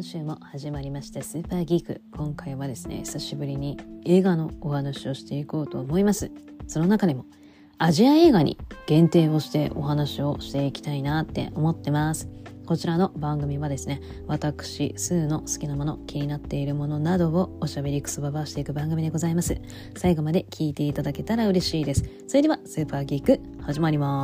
今週も始まりましたスーパーギーク。今回はですね、久しぶりに映画のお話をしていこうと思います。その中でもアジア映画に限定をしてお話をしていきたいなって思ってます。こちらの番組はですね、私スーの好きなもの、気になっているものなどをおしゃべりくそばばしていく番組でございます。最後まで聞いていただけたら嬉しいです。それではスーパーギーク始まります。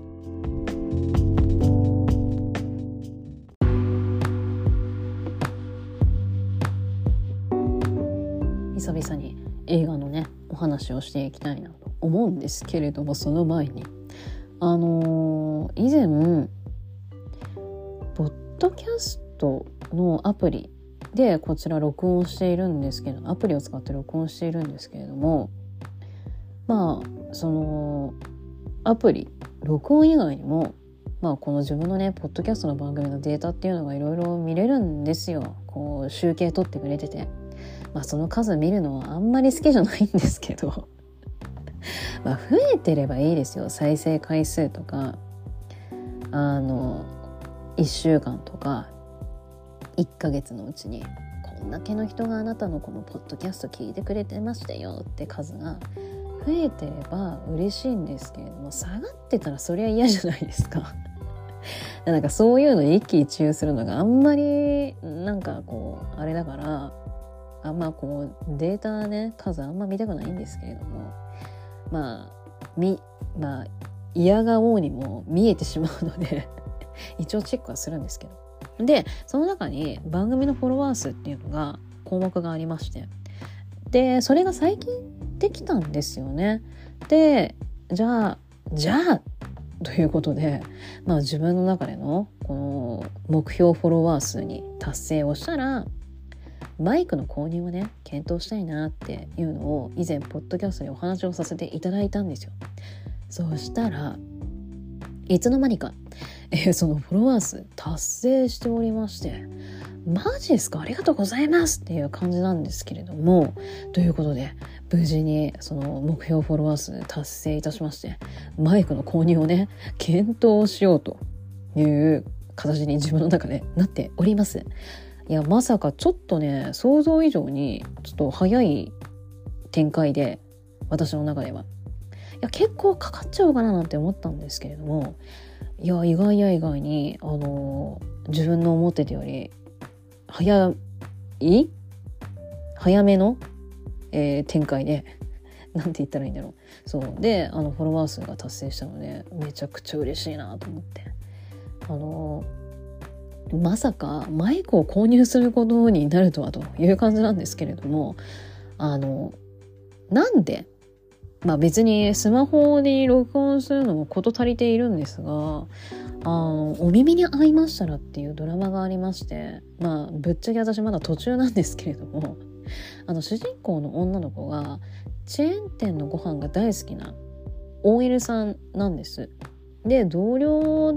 久々に映画のねお話をしていきたいなと思うんですけれども、その前に以前ポッドキャストのアプリでこちら録音しているんですけど、アプリを使って録音しているんですけれども、そのアプリ録音以外にもこの自分のねポッドキャストの番組のデータっていうのがいろいろ見れるんですよ。こう集計取ってくれてて、その数見るのはあんまり好きじゃないんですけど増えてればいいですよ。再生回数とか1週間とか1ヶ月のうちにこんだけの人があなたのこのポッドキャスト聞いてくれてましたよって数が増えてれば嬉しいんですけれども、下がってたらそりゃ嫌じゃないですかなんかそういうのに一喜一憂するのがあんまりなんかこうあれだから、あんまこうデータね数あんま見たくないんですけれども、嫌がおうにも見えてしまうので一応チェックはするんですけど、でその中に番組のフォロワー数っていうのが項目がありまして、でそれが最近できたんですよね。でじゃあということで、自分の中でのこの目標フォロワー数に達成をしたらマイクの購入をね検討したいなっていうのを以前ポッドキャストでお話をさせていただいたんですよ。そうしたらいつの間にか、そのフォロワー数達成しておりまして、マジですかありがとうございますっていう感じなんですけれども、ということで無事にその目標フォロワー数達成いたしまして、マイクの購入をね検討しようという形に自分の中でなっております。いやまさかちょっとね想像以上にちょっと早い展開で、私の中ではいや結構かかっちゃうかななんて思ったんですけれども、いや意外や意外に自分の思ってたより早めの、展開でなんて言ったらいいんだろう。そうでフォロワー数が達成したのでめちゃくちゃ嬉しいなと思って、まさかマイクを購入することになるとはという感じなんですけれども、なんで別にスマホに録音するのも事足りているんですが、お耳に合いましたらっていうドラマがありまして、ぶっちゃけ私まだ途中なんですけれども、主人公の女の子がチェーン店のご飯が大好きな OL さんなんです。で同僚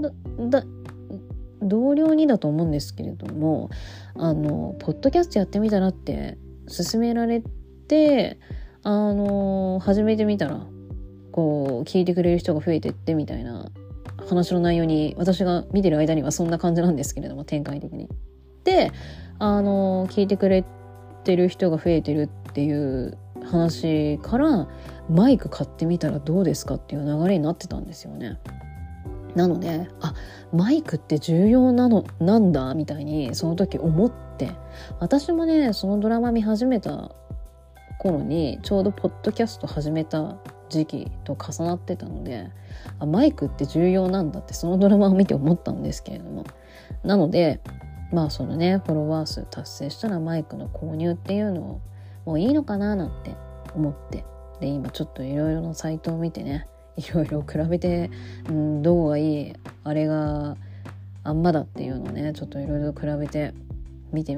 にだと思うんですけれども、ポッドキャストやってみたらって勧められて始めてみたらこう聞いてくれる人が増えてってみたいな話の内容に、私が見てる間にはそんな感じなんですけれども、展開的にで聞いてくれてる人が増えてるっていう話からマイク買ってみたらどうですかっていう流れになってたんですよね。なのでマイクって重要なんだみたいにその時思って、私もねそのドラマ見始めた頃にちょうどポッドキャスト始めた時期と重なってたので、マイクって重要なんだってそのドラマを見て思ったんですけれども、なのでそのねフォロワー数達成したらマイクの購入っていうのをもういいのかななんて思って、で今ちょっといろいろなサイトを見てねいろいろ比べて、どこがいいあれがあんまだっていうのをねちょっといろいろ比べて見て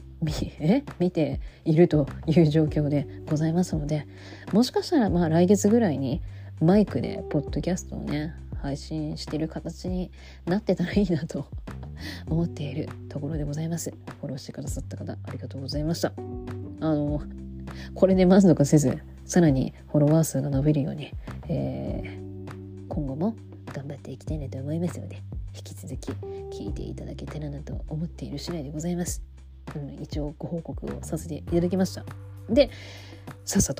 いるという状況でございますので、もしかしたら来月ぐらいにマイクでポッドキャストをね配信している形になってたらいいなと思っているところでございます。フォローしてくださった方ありがとうございました。これで満足せずさらにフォロワー数が伸びるように、今後も頑張っていきたいなと思いますので、 引き続き聞いていただけたらなと思っている次第でございます。一応ご報告をさせていただきました。で、さっさと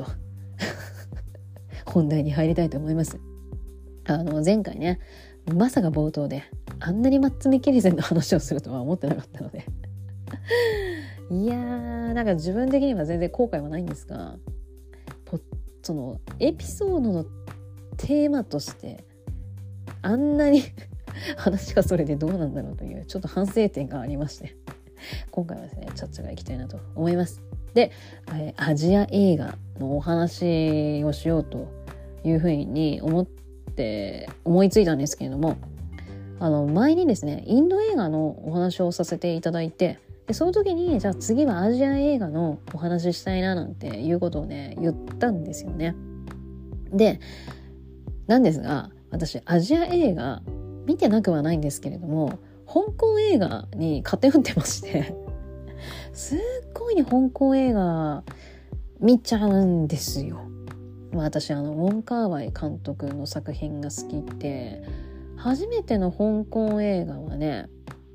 本題に入りたいと思います。前回ね、まさか冒頭であんなにマッツ・ミケルセンの話をするとは思ってなかったのでいやー、なんか自分的には全然後悔はないんですが、そのエピソードのテーマとしてあんなに話がそれでどうなんだろうというちょっと反省点がありまして、今回はですねちゃっちゃがいきたいなと思います。で、アジア映画のお話をしようというふうに思いついたんですけれども、前にですねインド映画のお話をさせていただいて、でその時にじゃあ次はアジア映画のお話ししたいななんていうことをね言ったんですよね。でなんですが、私アジア映画見てなくはないんですけれども、香港映画に偏ってましてすっごいね香港映画見ちゃうんですよ。私ウォン・カーワイ監督の作品が好きで、初めての香港映画はね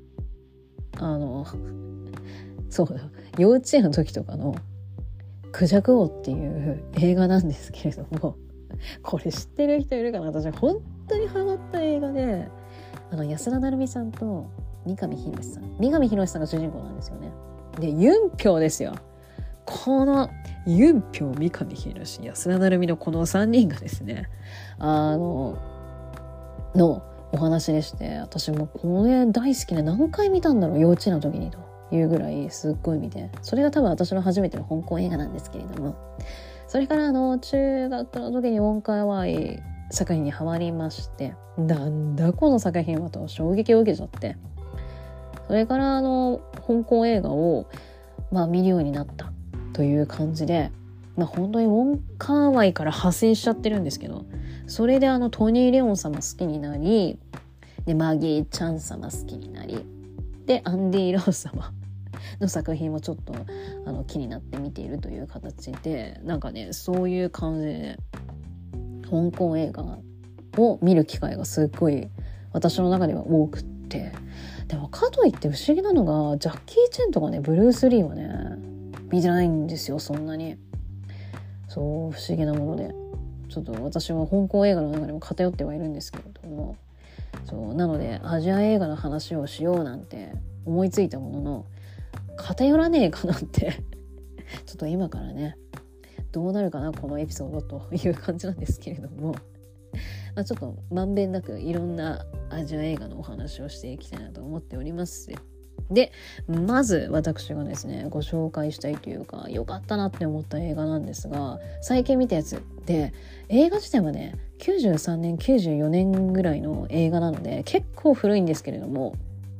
そうだ、幼稚園の時とかのクジャク王っていう映画なんですけれども、これ知ってる人いるかな。私本当にハマった映画で、安田成美さんと三上博史さんが主人公なんですよね。でユンピョウですよ。このユンピョウ、三上博史、安田成美のこの3人がですねのお話でして、私もこれ大好きで何回見たんだろう、幼稚園の時にというぐらいすっごい見て、それが多分私の初めての香港映画なんですけれども、それから中学の時にウォン・カーワイ作品にハマりまして、なんだこの作品はと衝撃を受けちゃって、それから香港映画を見るようになったという感じで、本当にウォン・カーワイから派生しちゃってるんですけど、それでトニー・レオン様好きになり、でマギー・チャン様好きになり、でアンディ・ラウ様の作品もちょっと気になって見ているという形で、なんかねそういう感じで香港映画を見る機会がすっごい私の中では多くって、でもかといって不思議なのがジャッキー・チェンとかねブルース・リーはね見てないんですよ。そんなにそう不思議なもので、ちょっと私は香港映画の中でも偏ってはいるんですけれども、そうなのでアジア映画の話をしようなんて思いついたものの偏らねえかなってちょっと今からねどうなるかなこのエピソードという感じなんですけれども、ちょっとまんべんなくいろんなアジア映画のお話をしていきたいなと思っております。でまず私がですねご紹介したいというか良かったなって思った映画なんですが、最近見たやつで、映画自体はね93年94年ぐらいの映画なので結構古いんですけれども、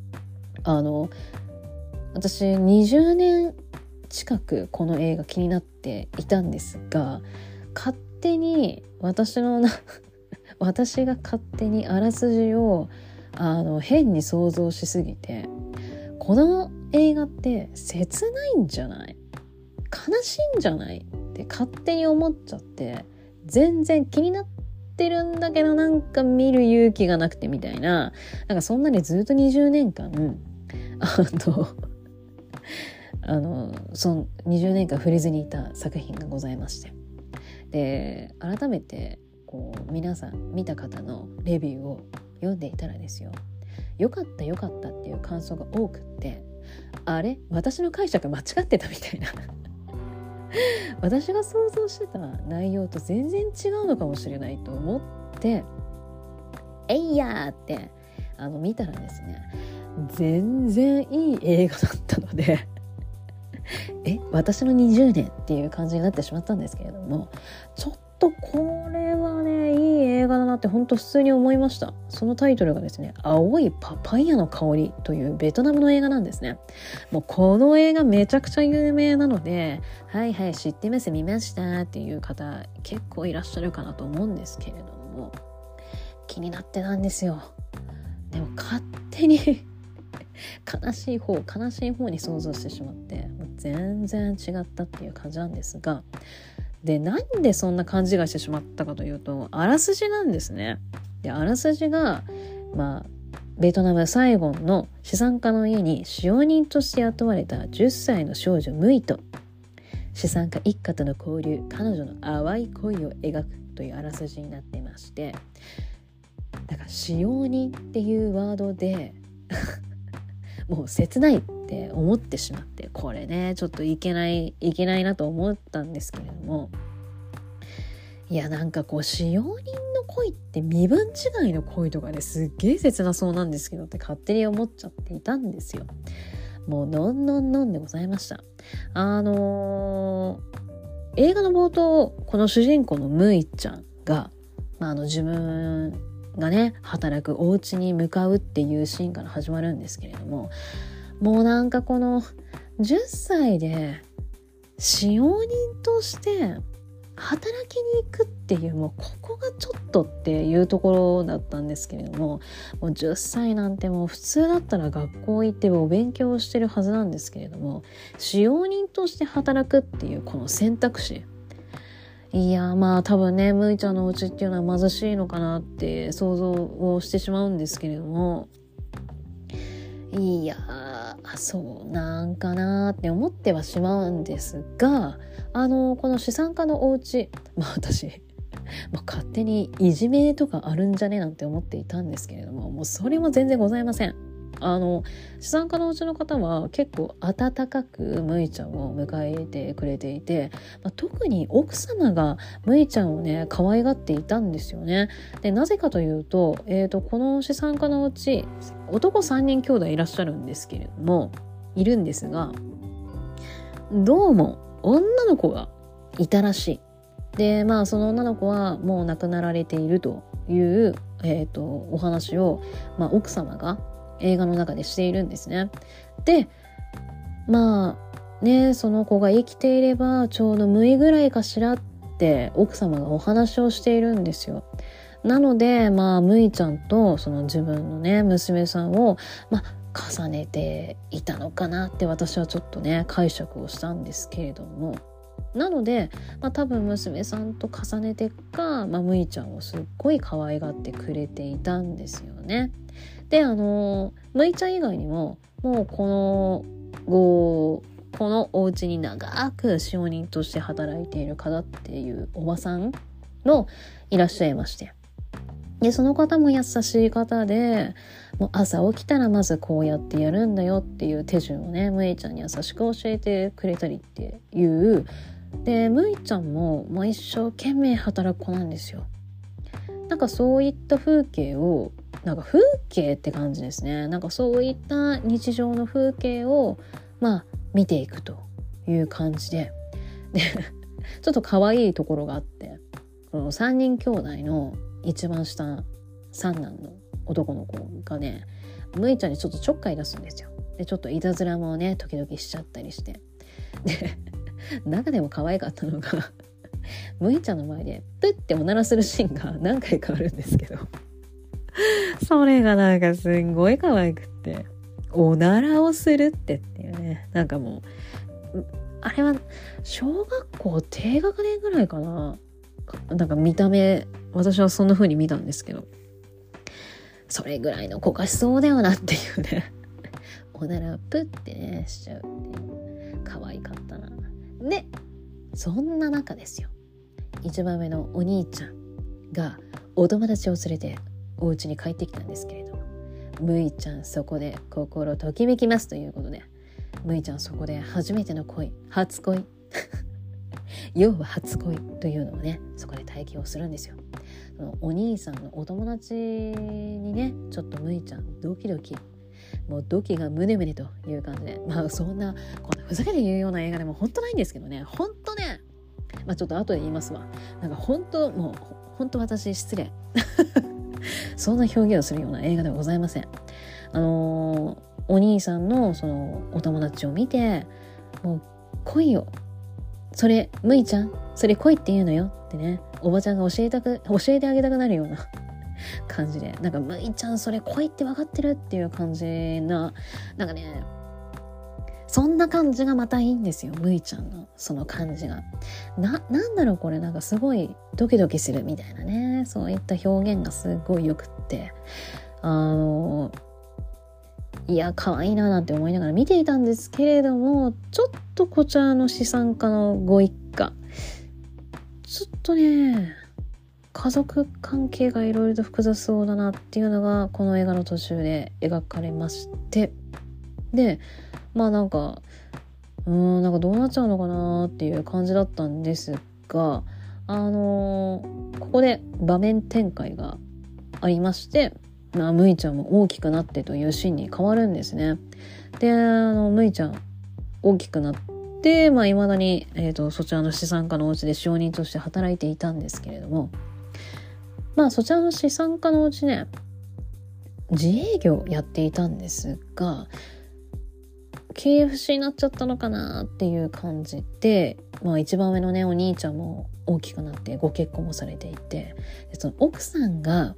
私20年近くこの映画気になっていたんですが、勝手に私が勝手にあらすじを変に想像しすぎて、この映画って切ないんじゃない、悲しいんじゃないって勝手に思っちゃって、全然気になってるんだけどなんか見る勇気がなくてみたいな、なんかそんなにずっと20年間その20年間触れずにいた作品がございまして、で改めて皆さん見た方のレビューを読んでいたらですよ、よかったっていう感想が多くって、あれ私の解釈間違ってたみたいな私が想像してた内容と全然違うのかもしれないと思ってえいやーって見たらですね、全然いい映画だったので私の20年っていう感じになってしまったんですけれども、ちょっとこれはねいい映画だなって本当普通に思いました。そのタイトルがですね、青いパパイヤの香りというベトナムの映画なんですね。もうこの映画めちゃくちゃ有名なので、はいはい知ってます見ましたっていう方結構いらっしゃるかなと思うんですけれども、気になってたんですよ。でも勝手に悲しい方に想像してしまって、もう全然違ったっていう感じなんですが、でなんでそんな勘違いしてしまったかというと、あらすじなんですね。であらすじがベトナムサイゴンの資産家の家に使用人として雇われた10歳の少女ムイと資産家一家との交流、彼女の淡い恋を描くというあらすじになっていまして、だから使用人っていうワードでもう切ないって思ってしまって、これねちょっといけないなと思ったんですけれども、いやなんかこう使用人の恋って身分違いの恋とかですっげえ切なそうなんですけどって勝手に思っちゃっていたんですよ。もうのんでございました。映画の冒頭、この主人公のムイちゃんが、自分がね働くお家に向かうっていうシーンから始まるんですけれども、もうなんかこの10歳で使用人として働きに行くっていう、もうここがちょっとっていうところだったんですけれども、もう10歳なんてもう普通だったら学校行ってお勉強してるはずなんですけれども、使用人として働くっていうこの選択肢、いや多分ねむいちゃんのお家っていうのは貧しいのかなって想像をしてしまうんですけれども、いやそうなんかなって思ってはしまうんですが、この資産家のお家、私勝手にいじめとかあるんじゃねなんて思っていたんですけれども、もうそれも全然ございません。資産家のうちの方は結構温かくむいちゃんを迎えてくれていて、特に奥様がむいちゃんをね可愛がっていたんですよね。でなぜかというと、この資産家のうち男3人兄弟いらっしゃるんですけれども、いるんですが、どうも女の子がいたらしい。でその女の子はもう亡くなられているという、お話を、奥様が映画の中でしているんですね。でその子が生きていればちょうど6位ぐらいかしらって奥様がお話をしているんですよ。なのでむいちゃんとその自分のね娘さんを重ねていたのかなって私はちょっとね解釈をしたんですけれども、なので、多分娘さんと重ねてか、むいちゃんをすっごい可愛がってくれていたんですよね。でむいちゃん以外にももうこのお家に長く使用人として働いている方っていうおばさんのいらっしゃいまして、でその方も優しい方で、もう朝起きたらまずこうやってやるんだよっていう手順をねむいちゃんに優しく教えてくれたりっていう。でむいちゃんも、一生懸命働く子なんですよ。なんかそういった風景を風景って感じですね。そういった日常の風景を見ていくという感じで、ちょっと可愛いところがあって、この3人兄弟の一番下三男の男の子がねむいちゃんにちょっとちょっかい出すんですよ。でちょっといたずらもね時々しちゃったりして、で中でも可愛かったのがむいちゃんの前でプッておならするシーンが何回かあるんですけどそれがすんごい可愛くって、おならをするっていうね、もうあれは小学校低学年ぐらいかな、見た目私はそんな風に見たんですけど、それぐらいの子がしそうだよなっていうねおならをプッてねしちゃうっていう、可愛かったな。でそんな中ですよ、一番目のお兄ちゃんがお友達を連れてお家に帰ってきたんですけれども、むいちゃんそこで心ときめきますということで、むいちゃんそこで初めての恋、初恋要は初恋というのをねそこで体験をするんですよ。そのお兄さんのお友達にねちょっとむいちゃんドキドキ、もうドキがムネムネという感じで、そんなこんなふざけて言うような映画でも本当ないんですけどね、本当ね、ちょっと後で言いますわ。本当私失礼そんな表現をするような映画ではございません。お兄さんのそのお友達を見て、もう恋を、それむいちゃんそれ恋って言うのよってねおばちゃんが教えてあげたくなるような感じで、むいちゃんそれ恋って分かってるっていう感じな、そんな感じがまたいいんですよ。むいちゃんのその感じがなんだろうこれ、すごいドキドキするみたいなね、そういった表現がすごいよくって、 いや可愛いななんて思いながら見ていたんですけれども、ちょっとこちらの資産家のご一家、ちょっとね家族関係がいろいろと複雑そうだなっていうのがこの映画の途中で描かれまして、でなんかどうなっちゃうのかなっていう感じだったんですが、ここで場面展開がありまして、むいちゃんも大きくなってというシーンに変わるんですね。でむいちゃん大きくなって未だに、そちらの資産家のお家で使用人として働いていたんですけれども、そちらの資産家のうちね自営業やっていたんですが、経営不振になっちゃったのかなっていう感じで、一番上のねお兄ちゃんも大きくなってご結婚もされていて、でその奥さんが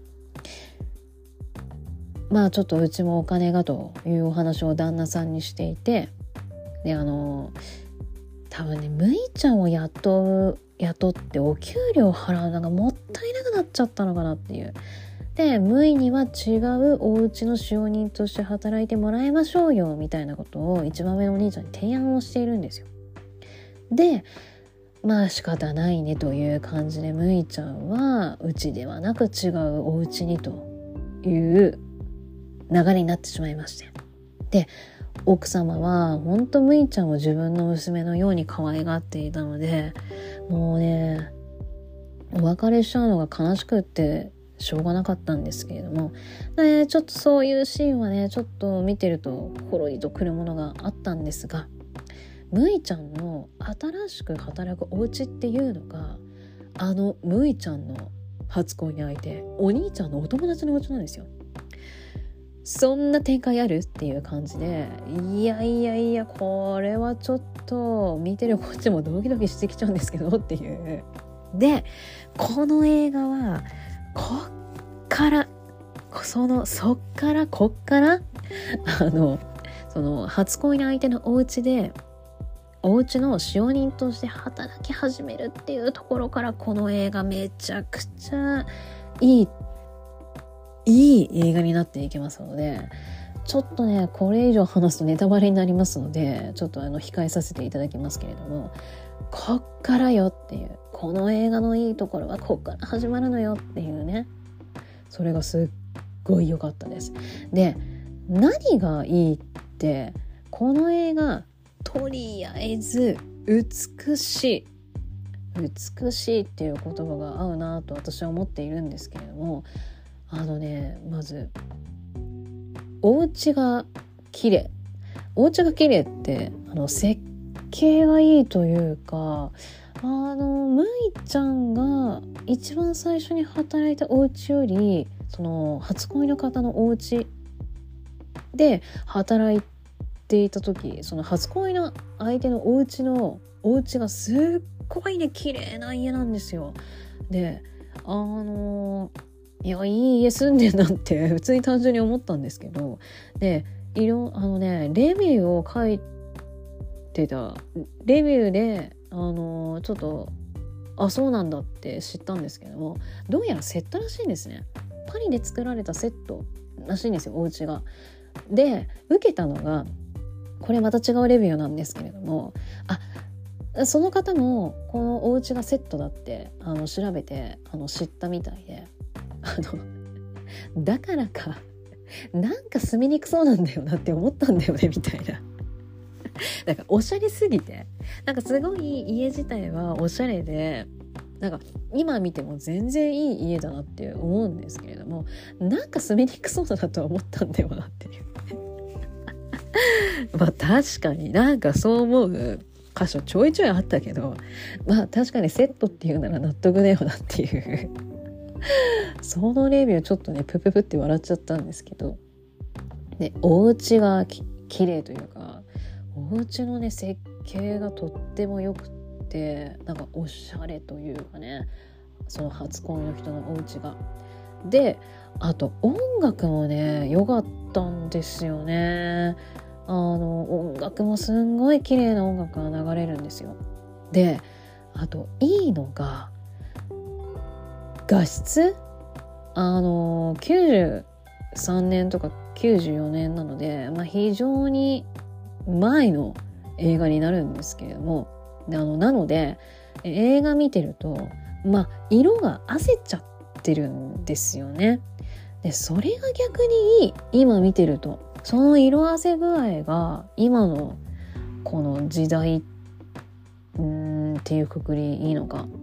ちょっとうちもお金がというお話を旦那さんにしていて、で多分ねむいちゃんを雇ってお給料払うのがもったいなくなっちゃったのかなっていう。でむいには違うお家の使用人として働いてもらいましょうよみたいなことを一番上のお兄ちゃんに提案をしているんですよ。で仕方ないねという感じでむいちゃんはうちではなく違うお家にという流れになってしまいまして、で奥様は本当むいちゃんを自分の娘のように可愛がっていたので、もうねお別れしちゃうのが悲しくってしょうがなかったんですけれども、ちょっとそういうシーンはねちょっと見てるとほろりとくるものがあったんですが、むいちゃんの新しく働くお家っていうのがむいちゃんの初恋に相手お兄ちゃんのお友達のお家なんですよ。そんな展開あるっていう感じで、いやこれはちょっと見てるこっちもドキドキしてきちゃうんですけどっていう。でこの映画はこっからその初恋の相手のお家でお家の使用人として働き始めるっていうところから、この映画めちゃくちゃいい映画になっていきますので、ちょっとねこれ以上話すとネタバレになりますのでちょっと控えさせていただきますけれども、こっからよっていう、この映画のいいところはこっから始まるのよっていうね、それがすっごい良かったです。で何がいいってこの映画とりあえず美しいっていう言葉が合うなと私は思っているんですけれども、まずお家が綺麗って設計がいいというか、むいちゃんが一番最初に働いたお家よりその初恋の方のお家で働いていた時、その初恋の相手のお家がすっごいね綺麗な家なんですよ。でいやいい家住んでんなって普通に単純に思ったんですけど、でレビューを書いてたレビューでちょっとそうなんだって知ったんですけども、どうやらセットらしいんですね。パリで作られたセットらしいんですよ、お家が。で受けたのがこれまた違うレビューなんですけれども、その方もこのお家がセットだって調べて知ったみたいで、だからかなんか住みにくそうなんだよなって思ったんだよねみたいな。なんかおしゃれすぎて、なんかすごい家自体はおしゃれで、なんか今見ても全然いい家だなって思うんですけれども、なんか住みにくそうだなとは思ったんだよなっていう確かになんかそう思う箇所ちょいちょいあったけど、確かにセットっていうなら納得だよなっていうそのレビューちょっとねプって笑っちゃったんですけど、でお家が綺麗というか、お家のね設計がとってもよくて、なんかおしゃれというかね、その初恋の人のお家が。であと音楽もね良かったんですよね。音楽もすんごい綺麗な音楽が流れるんですよ。であといいのが画質、90 93年とか94年なので、非常に前の映画になるんですけれども、なので映画見てると色が焦っちゃってるんですよね。でそれが逆にいい。今見てるとその色あせ具合が今のこの時代っていうくくりいいのか、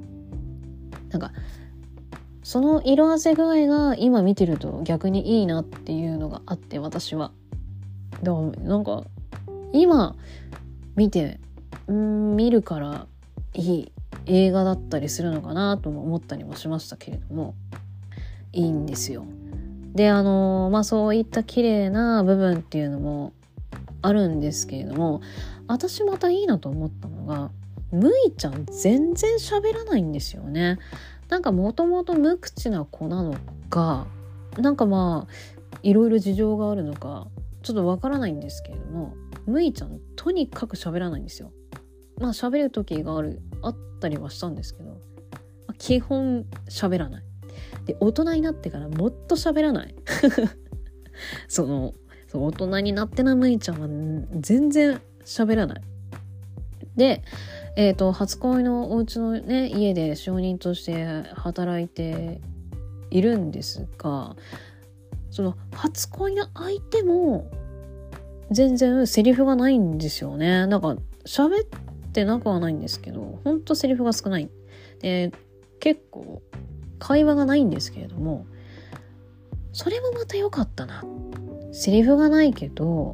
その色あせ具合が今見てると逆にいいなっていうのがあって、私はだから今見て見るからいい映画だったりするのかなとも思ったりもしましたけれども、いいんですよ。でそういった綺麗な部分っていうのもあるんですけれども、私またいいなと思ったのが、むいちゃん全然喋らないんですよね。もともと無口な子なのか、いろいろ事情があるのかちょっとわからないんですけれども、むいちゃんとにかく喋らないんですよ。喋る時があったりはしたんですけど、基本喋らない。で大人になってからもっと喋らないそう大人になってなむいちゃんは全然喋らない。で初恋のお家のね家で証人として働いているんですが、その初恋の相手も全然セリフがないんですよね。喋ってなくはないんですけど、ほんとセリフが少ない。で結構会話がないんですけれども、それもまた良かったな。セリフがないけど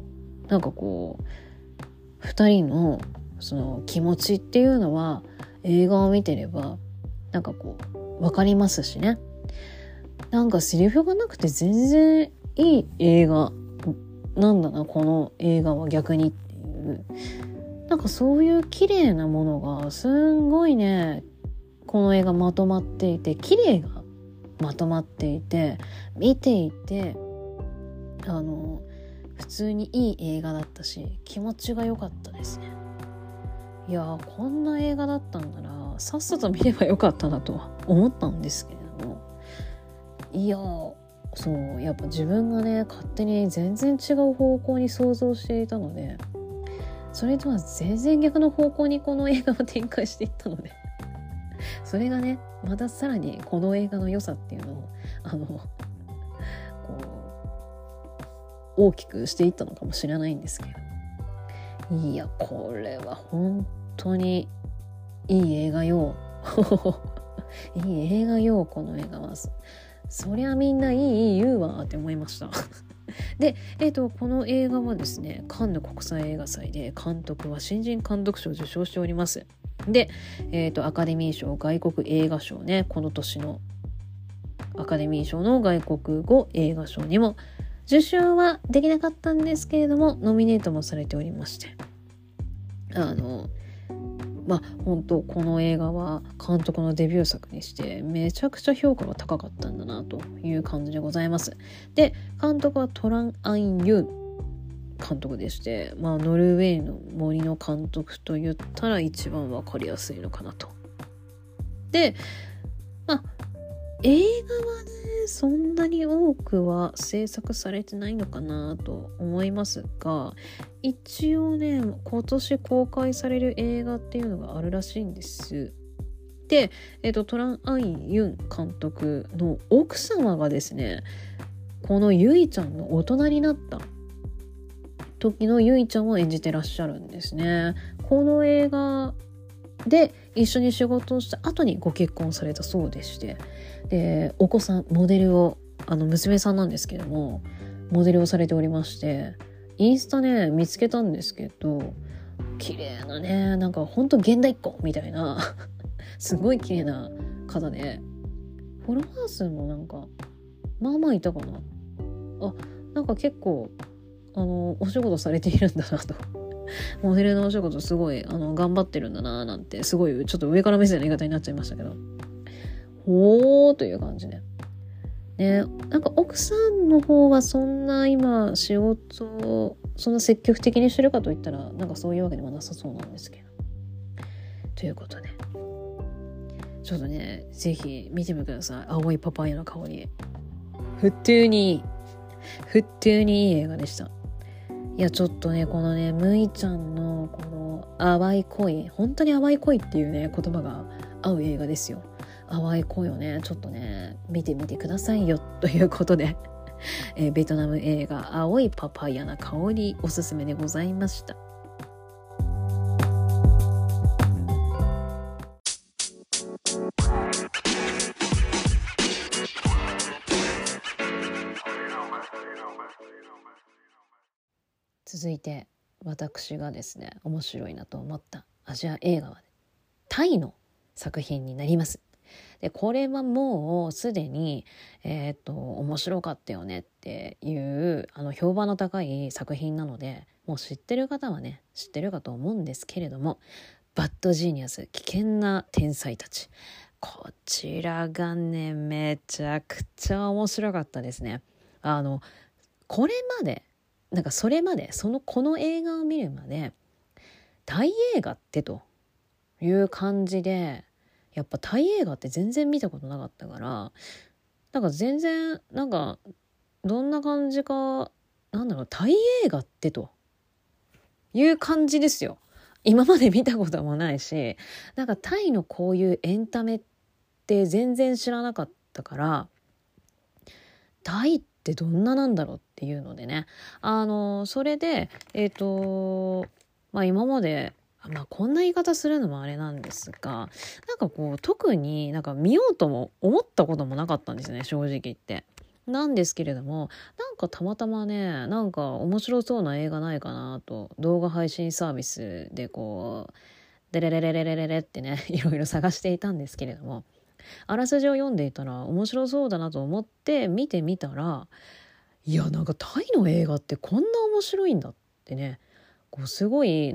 二人のその気持ちっていうのは映画を見てれば分かりますしね。セリフがなくて全然いい映画なんだなこの映画は逆にっていう、そういう綺麗なものがすんごいね、この映画まとまっていて、綺麗がまとまっていて、見ていて普通にいい映画だったし、気持ちが良かったですね。いやこんな映画だったんならさっさと見ればよかったなとは思ったんですけれども、やっぱ自分がね勝手に全然違う方向に想像していたので、それとは全然逆の方向にこの映画を展開していったのでそれがねまたさらにこの映画の良さっていうのを大きくしていったのかもしれないんですけど、これは本当にいい映画よいい映画よこの映画は。そりゃみんないい言うわって思いましたで、この映画はですね、カンヌ国際映画祭で監督は新人監督賞を受賞しております。で、アカデミー賞外国映画賞ね、この年のアカデミー賞の外国語映画賞にも受賞はできなかったんですけれども、ノミネートもされておりまして、本当この映画は監督のデビュー作にしてめちゃくちゃ評価が高かったんだなという感じでございます。で、監督はトラン・アン・ユン監督でして、ノルウェーの森の監督と言ったら一番わかりやすいのかなと。で、映画はねそんなに多くは制作されてないのかなと思いますが、一応ね今年公開される映画っていうのがあるらしいんです。で、トラン・アン・ユン監督の奥様がですね、このユイちゃんの大人になった時のユイちゃんを演じてらっしゃるんですね。この映画で一緒に仕事をした後にご結婚されたそうでして、でお子さんモデルを娘さんなんですけどもモデルをされておりまして、インスタね見つけたんですけど、綺麗なねほんと現代っ子みたいなすごい綺麗な方で、フォロワー数もまあいたかな。結構お仕事されているんだなとモデルのお仕事すごい頑張ってるんだななんて、すごいちょっと上から目線の言い方になっちゃいましたけど、おーという感じでね。奥さんの方はそんな今仕事をそんな積極的にしてるかといったらそういうわけではなさそうなんですけど、ということでちょっとねぜひ見てみてください。青いパパイヤの香り、普通に本当にいい映画でした。いやちょっとねこのねむいちゃんのこの淡い恋、本当に淡い恋っていうね言葉が合う映画ですよ。淡い恋をねちょっとね見てみてくださいよということでベトナム映画青いパパイヤな香りおすすめでございました。続いて私がですね面白いなと思ったアジア映画はタイの作品になります。でこれはもうすでに面白かったよねっていう評判の高い作品なので、もう知ってる方はね知ってるかと思うんですけれども、バッドジーニアス危険な天才たち、こちらがねめちゃくちゃ面白かったですね。これまでこの映画を見るまでタイ映画ってという感じで、やっぱタイ映画って全然見たことなかったから、全然どんな感じかタイ映画ってという感じですよ。今まで見たこともないし、タイのこういうエンタメって全然知らなかったから、タイってどんななんだろうっていうのでね、それで今までこんな言い方するのもあれなんですが、特に見ようとも思ったこともなかったんですね、正直言って。なんですけれども、たまたまね面白そうな映画ないかなと動画配信サービスでデレレレレレレレってねいろいろ探していたんですけれども、あらすじを読んでいたら面白そうだなと思って見てみたら、いやタイの映画ってこんな面白いんだってね、すごい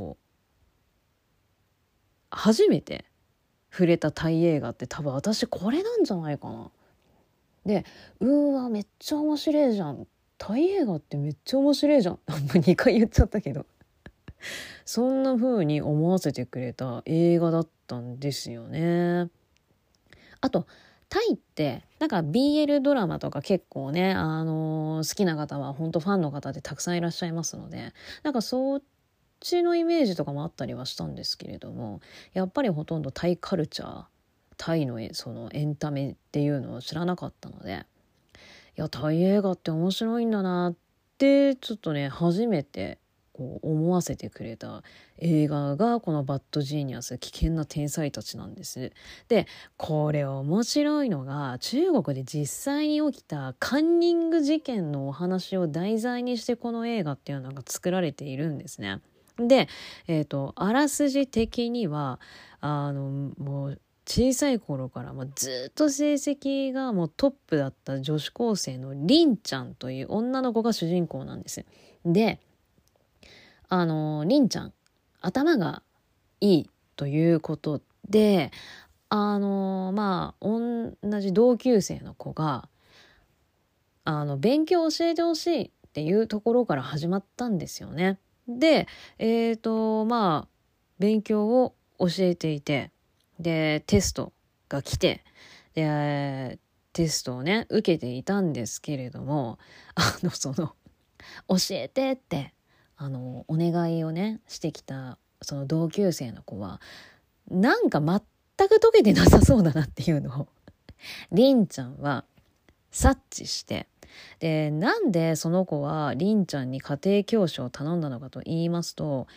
初めて触れたタイ映画って多分私これなんじゃないかな。でわめっちゃ面白いじゃん、タイ映画ってめっちゃ面白いじゃん2回言っちゃったけどそんな風に思わせてくれた映画だったんですよね。あとタイってBL ドラマとか結構ね、好きな方は本当ファンの方でたくさんいらっしゃいますので、そっちのイメージとかもあったりはしたんですけれども、やっぱりほとんどタイカルチャー、タイのそのエンタメっていうのを知らなかったので、いやタイ映画って面白いんだなってちょっとね初めて思わせてくれた映画がこのバッドジーニアス危険な天才たちなんです。でこれ面白いのが、中国で実際に起きたカンニング事件のお話を題材にしてこの映画っていうのが作られているんですね。で、あらすじ的にはもう小さい頃からずっと成績がもうトップだった女子高生のリンちゃんという女の子が主人公なんです。でリンちゃん頭がいいということで同じ同級生の子が勉強を教えてほしいっていうところから始まったんですよね。で勉強を教えていて、でテストが来て、でテストをね受けていたんですけれども、教えてってお願いをねしてきたその同級生の子は全く解けてなさそうだなっていうのをりんちゃんは察知して、でなんでその子はりんちゃんに家庭教師を頼んだのかと言いますと、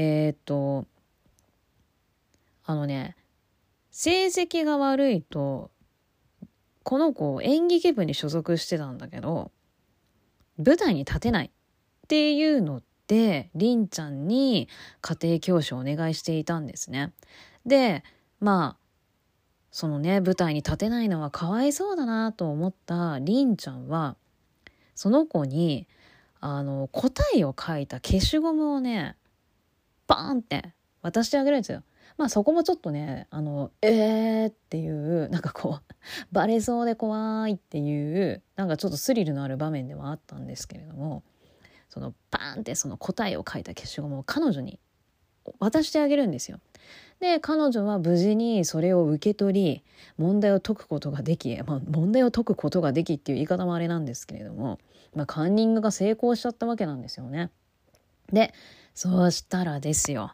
成績が悪いとこの子演劇部に所属してたんだけど舞台に立てないっていうのでりんちゃんに家庭教師をお願いしていたんですね。でそのね舞台に立てないのはかわいそうだなと思ったりんちゃんはその子に答えを書いた消しゴムをねバーンって渡してあげるんですよ。そこもちょっとねっていうバレそうで怖いっていうちょっとスリルのある場面ではあったんですけれども、そのバーンってその答えを書いた消しゴムを彼女に渡してあげるんですよ。で彼女は無事にそれを受け取り問題を解くことができ、問題を解くことができっていう言い方もあれなんですけれども、 カンニングが成功しちゃったわけなんですよね。で、そうしたらですよ、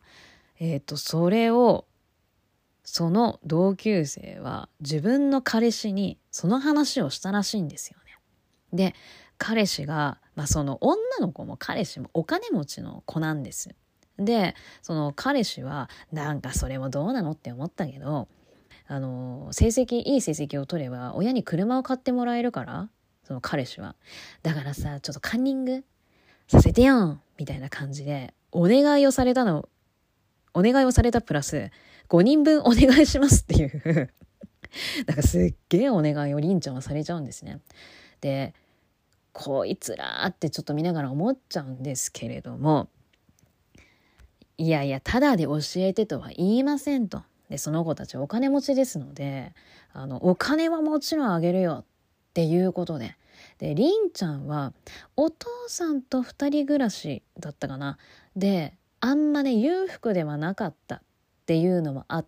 その同級生は自分の彼氏にその話をしたらしいんですよね。で、彼氏が、その女の子も彼氏もお金持ちの子なんです。で、その彼氏はなんかそれもどうなのって思ったけど、いい成績を取れば親に車を買ってもらえるから、その彼氏はだからさ、ちょっとカンニングさせてよみたいな感じでお願いをされたプラス5人分お願いしますっていうなんかすっげえお願いをりんちゃんはされちゃうんですね。で、こいつらってちょっと見ながら思っちゃうんですけれども、いやいやただで教えてとは言いませんと。で、その子たちお金持ちですので、お金はもちろんあげるよっていうことで、りんちゃんはお父さんと2人暮らしだったかな。で、あんまね裕福ではなかったっていうのもあって、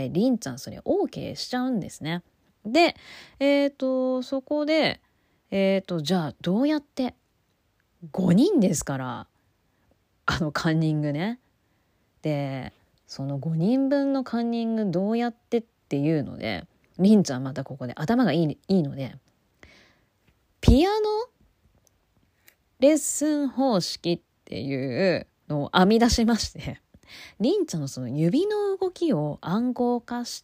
りんちゃんそれ OK しちゃうんですね。で、そこでじゃあどうやって5人ですから、カンニングね。で、その5人分のカンニングどうやってっていうので、りんちゃんまたここで頭がいいので、ピアノレッスン方式っていうのを編み出しまして、りんちゃんのその指の動きを暗号化して、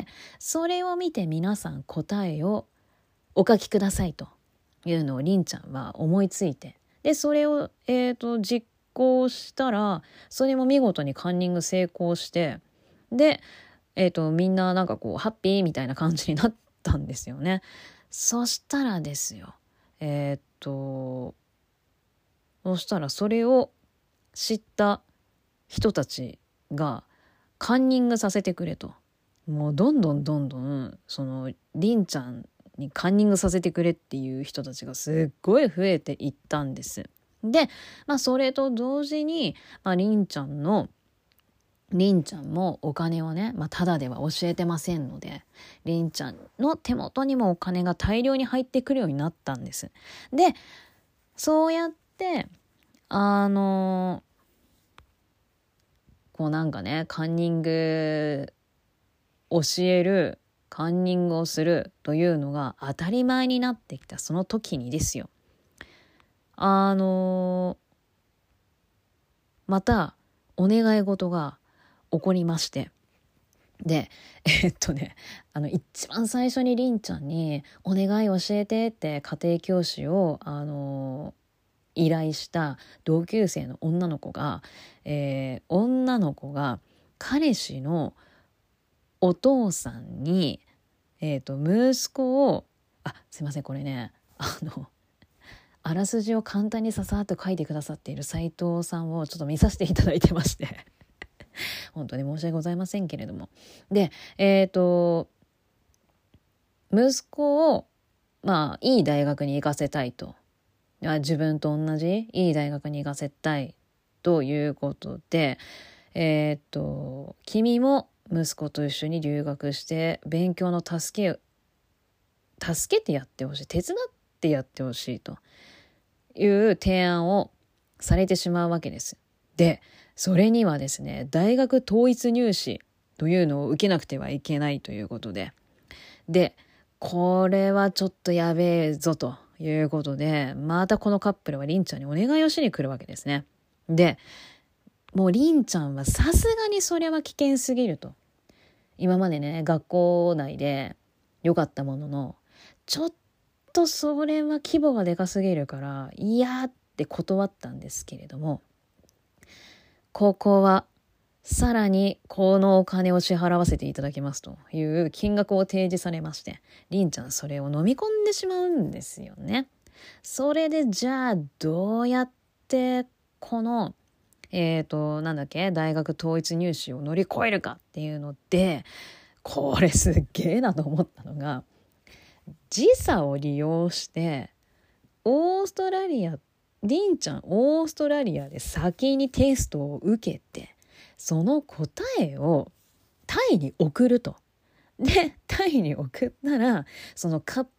それを見て皆さん答えをお書きくださいというのをりんちゃんは思いついて、でそれを、実行したら、それも見事にカンニング成功して、で、みんななんかこうハッピーみたいな感じになったんですよね。そしたらですよ、そしたらそれを知った人たちがカンニングさせてくれと、もうどんどんそのりんちゃんにカンニングさせてくれっていう人たちがすっごい増えていったんです。で、それと同時に、りんちゃんもお金をね、ただでは教えてませんので、りんちゃんの手元にもお金が大量に入ってくるようになったんです。で、そうやってこうなんかね、カンニングをするというのが当たり前になってきたその時にですよ、またお願い事が起こりまして、で一番最初にりんちゃんにお願い教えてって家庭教師を依頼した同級生の女の子が彼氏のお父さんに息子をすいません、これねあらすじを簡単にささっと書いてくださっている斉藤さんをちょっと見させていただいてまして本当に申し訳ございませんけれども、で息子をいい大学に行かせたいと、自分と同じいい大学に行かせたいということで、君も息子と一緒に留学して勉強の助けてやってほしい、手伝ってやってほしいという提案をされてしまうわけです。で、それにはですね、大学統一入試というのを受けなくてはいけないということで、これはちょっとやべえぞということで、またこのカップルはりんちゃんにお願いをしに来るわけですね。で、もうりんちゃんはさすがにそれは危険すぎると。今までね、学校内で良かったものの、ちょっとそれは規模がでかすぎるから嫌って断ったんですけれども、ここはさらにこのお金を支払わせていただきますという金額を提示されまして、りんちゃんそれを飲み込んでしまうんですよね。それでじゃあどうやってこの大学統一入試を乗り越えるかっていうので、これすっげえなと思ったのが、時差を利用してりんちゃんオーストラリアで先にテストを受けて、その答えをタイに送ると。で、タイに送ったらそのカッ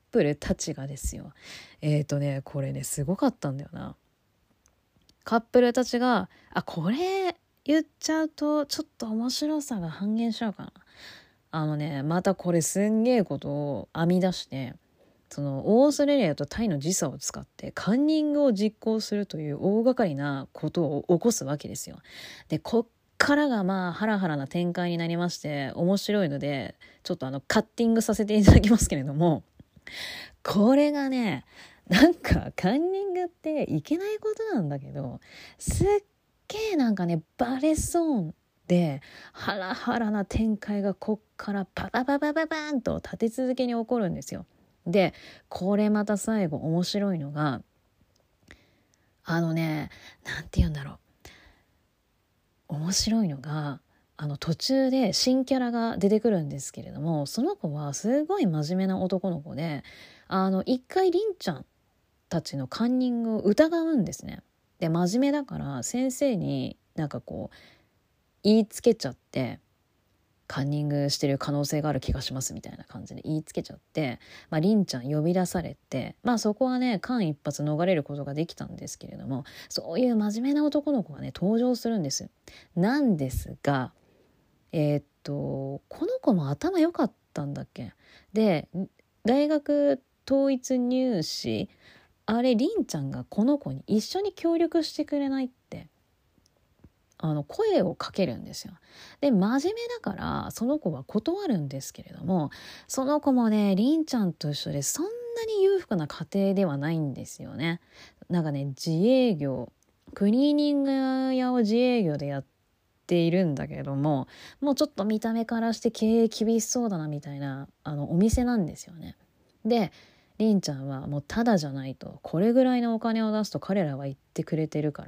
プルたちがですよ、これねすごかったんだよな。カップルたちが、これ言っちゃうとちょっと面白さが半減しちゃうかな。またこれすんげえことを編み出して、そのオーストラリアとタイの時差を使ってカンニングを実行するという大掛かりなことを起こすわけですよ。でこっからがハラハラな展開になりまして面白いので、ちょっとカッティングさせていただきますけれども、これがね、なんかカンニングっていけないことなんだけど、すっげえなんかねバレそうで、ハラハラな展開がこっからパパパパパパーンと立て続けに起こるんですよ。でこれまた最後面白いのが、なんて言うんだろう、面白いのが途中で新キャラが出てくるんですけれども、その子はすごい真面目な男の子で、一回りんちゃんたちのカンニングを疑うんですね。で真面目だから先生になんかこう言いつけちゃって、カンニングしてる可能性がある気がしますみたいな感じで言いつけちゃって、りんちゃん呼び出されて、そこはね間一髪逃れることができたんですけれども、そういう真面目な男の子がね登場するんです。なんですがこの子も頭良かったんだっけ。で大学統一入試、あれりんちゃんがこの子に一緒に協力してくれないって声をかけるんですよ。で真面目だからその子は断るんですけれども、その子もねりんちゃんと一緒でそんなに裕福な家庭ではないんですよね。なんかね自営業、クリーニング屋を自営業でやっているんだけども、もうちょっと見た目からして経営厳しそうだなみたいなお店なんですよね。でりんちゃんはもうただじゃないと、これぐらいのお金を出すと彼らは言ってくれてる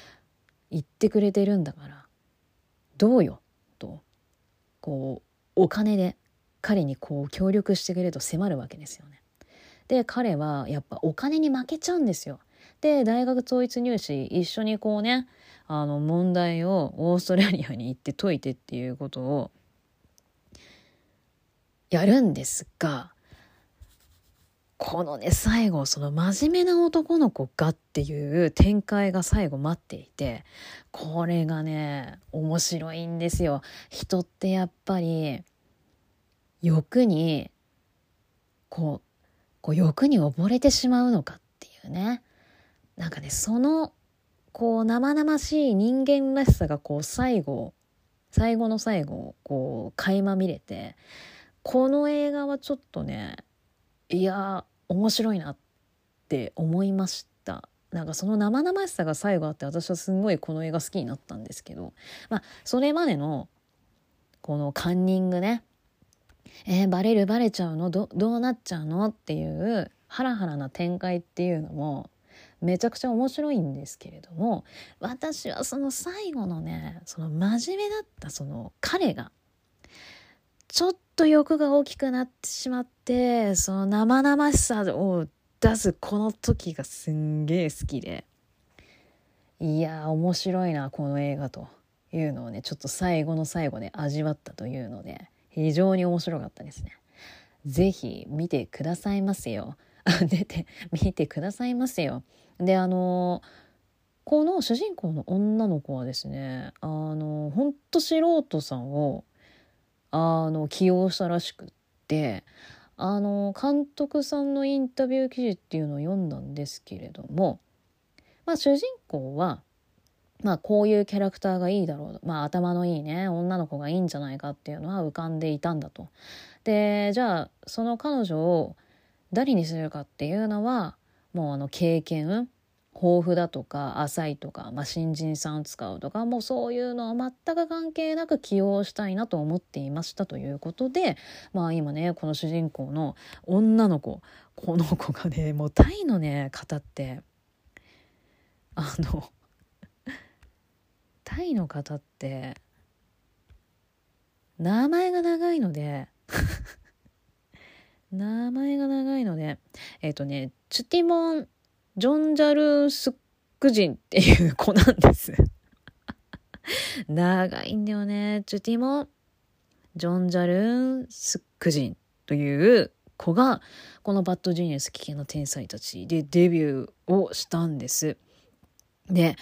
んだからどうよと、こうお金で彼にこう協力してくれと迫るわけですよね。で彼はやっぱお金に負けちゃうんですよ。で大学統一入試一緒にこうね問題をオーストラリアに行って解いてっていうことをやるんですが、このね最後その真面目な男の子がっていう展開が最後待っていて、これがね面白いんですよ。人ってやっぱり欲に欲に溺れてしまうのかっていうね、なんかねその生々しい人間らしさが最後の最後垣間見れて、この映画はちょっとね面白いなって思いました。なんかその生々しさが最後あって、私はすごいこの映画好きになったんですけど、それまでのこのカンニングね、バレちゃうの、どうなっちゃうのっていうハラハラな展開っていうのもめちゃくちゃ面白いんですけれども、私はその最後のねその真面目だったその彼がちょっと欲が大きくなってしまって、その生々しさを出すこの時がすんげえ好きで、面白いなこの映画というのをねちょっと最後の最後で味わったというので、非常に面白かったですね。ぜひ見てくださいますよ。見てくださいますよ。でこの主人公の女の子はですねほんと素人さんを起用したらしくって、監督さんのインタビュー記事っていうのを読んだんですけれども、主人公はこういうキャラクターがいいだろう、頭のいいね女の子がいいんじゃないかっていうのは浮かんでいたんだと。でじゃあその彼女を誰にするかっていうのはもう経験豊富だとか浅いとか、新人さんを使うとか、もうそういうのは全く関係なく起用したいなと思っていましたということで、今ねこの主人公の女の子、この子がねもうタイのね方ってタイの方って名前が長いのでチュティモン・ジョンジャルースックジンっていう子なんです長いんだよね。チュティモン・ジョンジャルースックジンという子がこのバッドジーニアス危険な天才たちでデビューをしたんです。で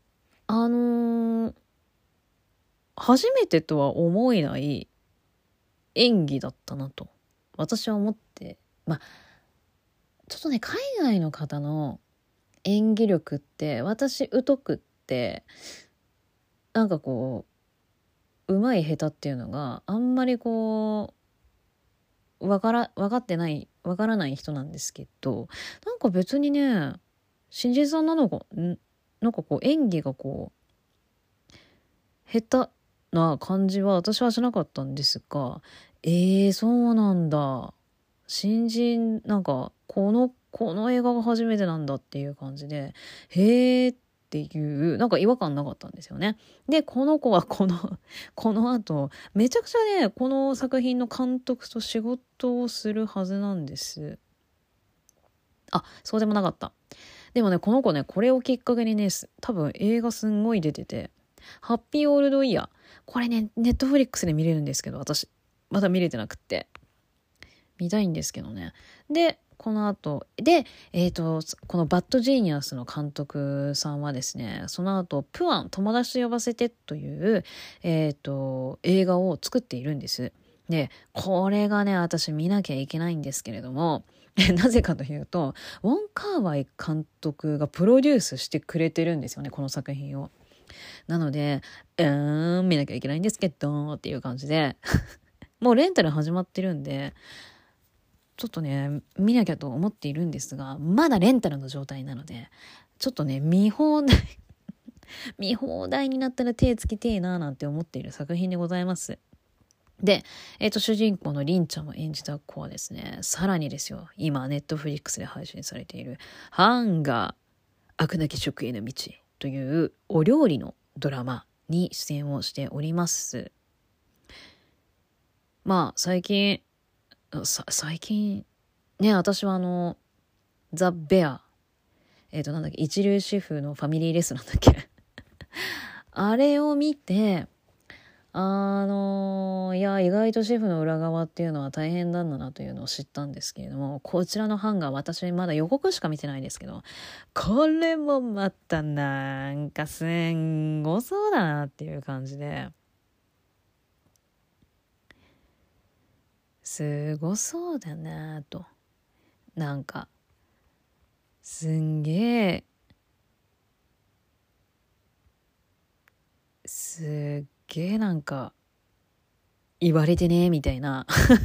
初めてとは思えない演技だったなと私は思って、ちょっとね海外の方の演技力って私疎くってなんかこう上手い下手っていうのがあんまりこうわからない人なんですけど、なんか別にね新人さんなのかなんかこう演技がこう下手な感じは私はしなかったんですが、そうなんだ、新人なんかこの映画が初めてなんだっていう感じで、へーっていうなんか違和感なかったんですよね。でこの子はこの後めちゃくちゃねこの作品の監督と仕事をするはずなんです。そうでもなかった。でもねこの子ねこれをきっかけにね多分映画すんごい出てて、ハッピーオールドイヤー、これねネットフリックスで見れるんですけど、私まだ見れてなくって見たいんですけどね。でこの後でこのバッドジーニアスの監督さんはですね、その後プアン友達と呼ばせてという映画を作っているんです。でこれがね私見なきゃいけないんですけれどもなぜかというとウォン・カーワイ監督がプロデュースしてくれてるんですよね、この作品を。なので見なきゃいけないんですけどっていう感じでもうレンタル始まってるんでちょっとね見なきゃと思っているんですが、まだレンタルの状態なのでちょっとね見放題になったら手つけてえななんて思っている作品でございます。で、主人公のリンちゃんを演じた子はですね、さらにですよ、今ネットフリックスで配信されているハンガー飽くなき食への道というお料理のドラマに出演をしております。最近ね、私はザ・ベアなんだっけ、一流シェフのファミリーレストランだっけあれを見ていや意外とシェフの裏側っていうのは大変なんだなというのを知ったんですけれども、こちらのハンガー私まだ予告しか見てないんですけど、これもまたなんかすんごそうだなっていう感じですごそうだなと、なんかすんげえなんか言われてねみたいな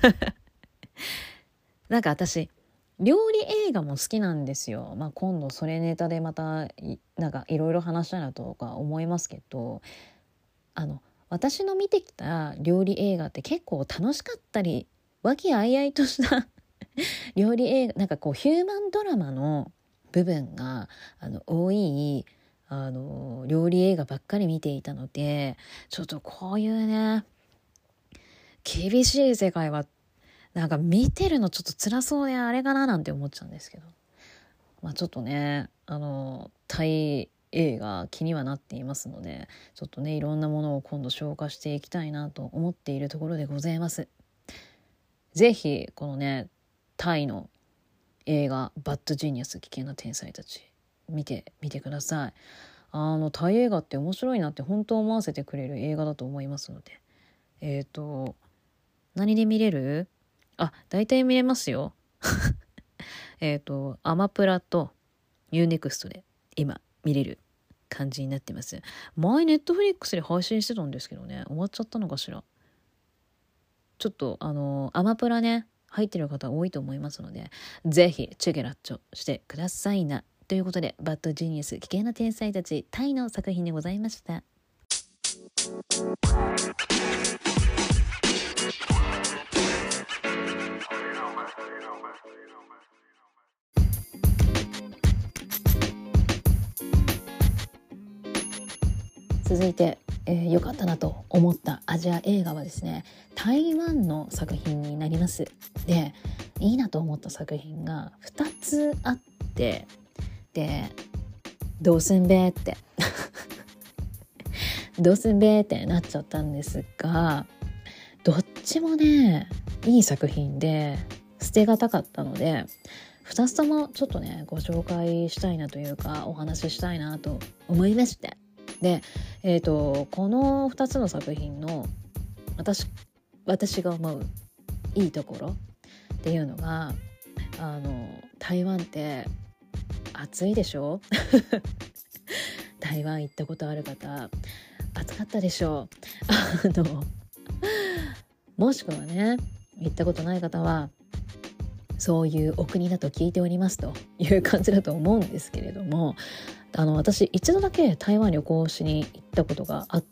なんか私料理映画も好きなんですよ。今度それネタでまたなんかいろいろ話したいなとか思いますけど、私の見てきた料理映画って結構楽しかったり和気あいあいとした料理映画、なんかこうヒューマンドラマの部分が多い料理映画ばっかり見ていたので、ちょっとこういうね厳しい世界はなんか見てるのちょっと辛そうであれかななんて思っちゃうんですけど、ちょっとねタイ映画気にはなっていますので、ちょっとねいろんなものを今度消化していきたいなと思っているところでございます。ぜひこのねタイの映画バッドジーニアス危険な天才たち見てみてください。タイ映画って面白いなって本当思わせてくれる映画だと思いますので、何で見れる？大体見れますよアマプラと UNEXT で今見れる感じになってます。前ネットフリックスで配信してたんですけどね、終わっちゃったのかしら。ちょっとアマプラね入ってる方多いと思いますので、ぜひチェケラッチョしてくださいな。ということでバッドジーニアス危険な天才たちタイの作品でございました。続いて、良かったなと思ったアジア映画はですね、台湾の作品になります。で、いいなと思った作品が2つあって、でどうすんべーってどうすんべーってなっちゃったんですが、どっちもねいい作品で、 捨てがたかったので、2つともちょっとねご紹介したいなというかお話ししたいなと思いまして、で、この2つの作品の私が思ういいところっていうのが、台湾って暑いでしょ台湾行ったことある方、暑かったでしょもしくはね行ったことない方はそういうお国だと聞いておりますという感じだと思うんですけれども、私一度だけ台湾旅行しに行ったことがあって、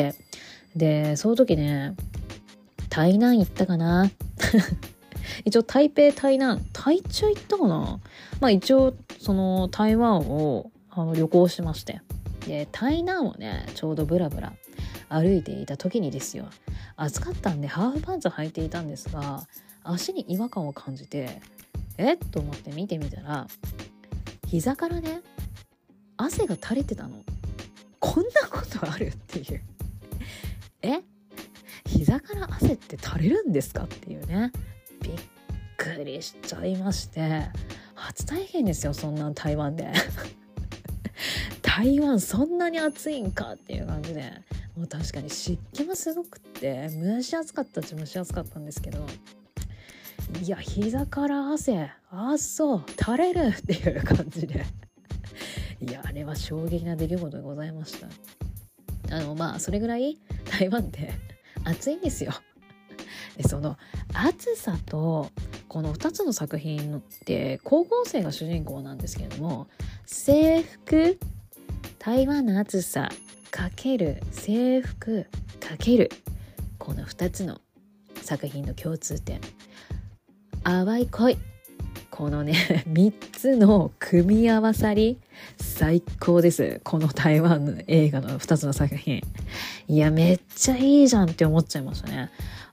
でその時ね台南行ったかな一応台北、台南、台中行ったかな、一応その台湾を旅行しまして、で台南をねちょうどブラブラ歩いていた時にですよ、暑かったんでハーフパンツ履いていたんですが足に違和感を感じてと思って見てみたら膝からね汗が垂れてたの。こんなことあるっていう膝から汗って垂れるんですかっていうね、びっくりしちゃいまして、初体験ですよそんな台湾で台湾そんなに暑いんかっていう感じで、もう確かに湿気もすごくって蒸し暑かったんですけど、いや膝から汗そう垂れるっていう感じでいやあれは衝撃な出来事でございました。それぐらい台湾って暑いんですよ。でその暑さとこの2つの作品って高校生が主人公なんですけれども、制服、台湾の暑さかける制服かけるこの2つの作品の共通点、淡い恋、このね3つの組み合わさり最高です。この台湾の映画の2つの作品、いやめっちゃいいじゃんって思っちゃいましたね。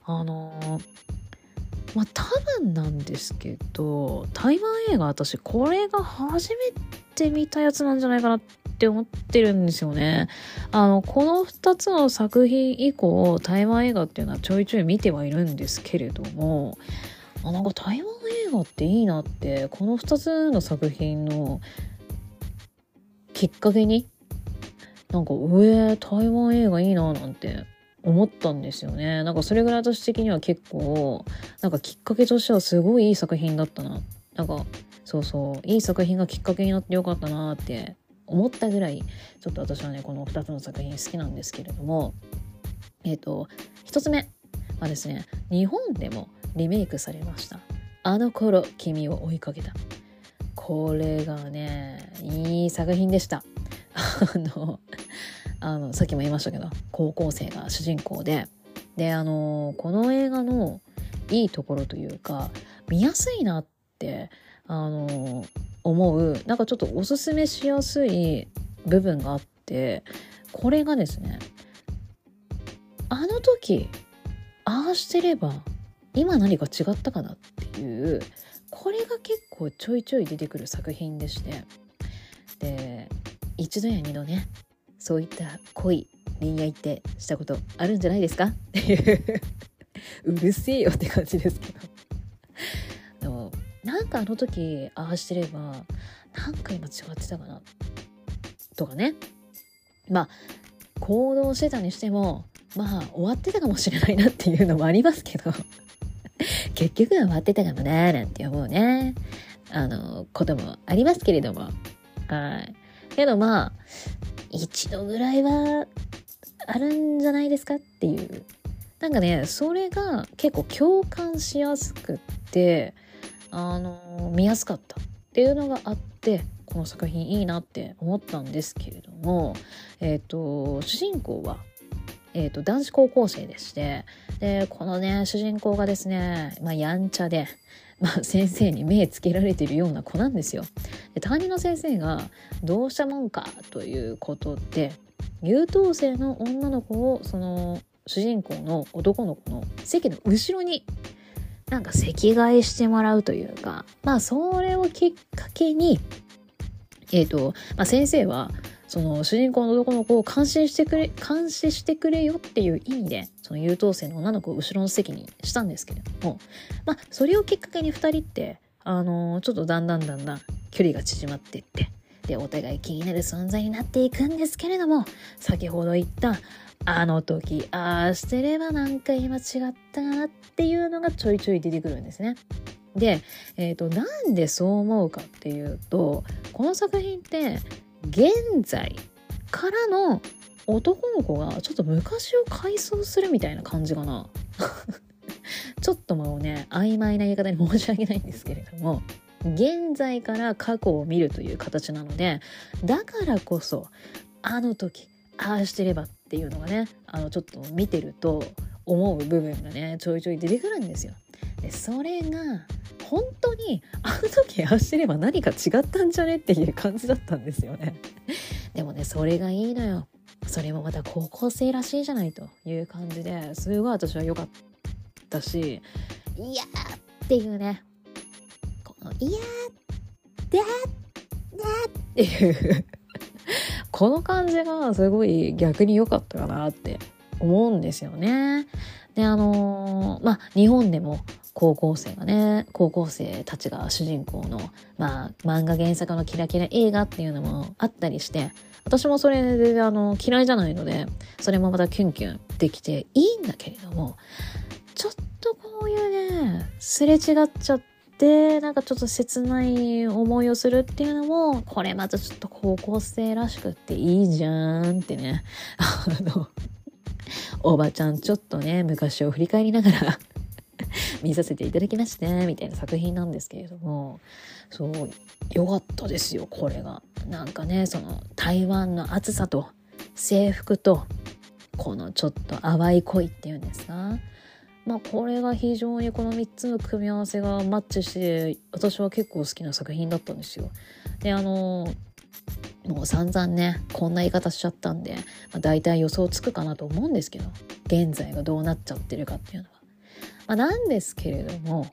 多分なんですけど台湾映画私これが初めて見たやつなんじゃないかなって思ってるんですよね。この2つの作品以降台湾映画っていうのはちょいちょい見てはいるんですけれども、なんか台湾映画っていいなってこの2つの作品のきっかけになんか台湾映画いいななんて思ったんですよね。なんかそれぐらい私的には結構なんかきっかけとしてはすごいいい作品だったな、なんかいい作品がきっかけになってよかったなって思ったぐらいちょっと私はねこの2つの作品好きなんですけれども、1つ目はですね、日本でもリメイクされましたあの頃君を追いかけた。これがねいい作品でした。さっきも言いましたけど高校生が主人公で、この映画のいいところというか見やすいなって思う、なんかちょっとおすすめしやすい部分があって、これがですね、あの時ああしてれば今何か違ったかなっていう、これが結構ちょいちょい出てくる作品でして、で一度や二度ねそういった恋愛ってしたことあるんじゃないですかっていううるせえよって感じですけどでもなんかあの時ああしてればなんか今違ってたかなとかね、行動してたにしても終わってたかもしれないなっていうのもありますけど結局は終わってたかもなーなんて思うねこともありますけれども、けど一度ぐらいはあるんじゃないですかっていう、なんかねそれが結構共感しやすくって見やすかったっていうのがあってこの作品いいなって思ったんですけれども、主人公は、男子高校生でして、でこのね主人公がですねやんちゃで先生に目つけられているような子なんですよ。で担任の先生がどうしたもんかということで優等生の女の子をその主人公の男の子の席の後ろになんか席替えしてもらうというか、それをきっかけに先生はその主人公の男の子を監視してくれよっていう意味でその優等生の女の子を後ろの席にしたんですけれども、それをきっかけに2人ってちょっとだんだん距離が縮まっていって、でお互い気になる存在になっていくんですけれども、先ほど言ったあの時ああしてればなんか今違ったなっていうのがちょいちょい出てくるんですね。で、なんでそう思うかっていうと、この作品って現在からの男の子がちょっと昔を回想するみたいな感じかなちょっともうね曖昧な言い方に申し訳ないんですけれども、現在から過去を見るという形なので、だからこそあの時ああしてればっていうのがね、ちょっと見てると思う部分がねちょいちょい出てくるんですよ。でそれが本当にあの時ああしてれば何か違ったんじゃねっていう感じだったんですよね。でもねそれがいいのよ。それもまた高校生らしいじゃないという感じで、すごい私は良かったし、いやーっていうね、このいやーっていうこの感じがすごい逆に良かったかなって思うんですよね。で日本でも高校生たちが主人公の漫画原作のキラキラ映画っていうのもあったりして、私もそれで嫌いじゃないので、それもまたキュンキュンできていいんだけれども、ちょっとこういうねすれ違っちゃってなんかちょっと切ない思いをするっていうのも、これまたちょっと高校生らしくっていいじゃんってねおばちゃんちょっとね昔を振り返りながら見させていただきましたみたいな作品なんですけれども、そう良かったですよ。これがなんかね、その台湾の暑さと制服とこのちょっと淡い恋っていうんですか、これが非常にこの3つの組み合わせがマッチして、私は結構好きな作品だったんですよ。でもう散々ねこんな言い方しちゃったんで、大体予想つくかなと思うんですけど、現在がどうなっちゃってるかっていうのは、なんですけれども、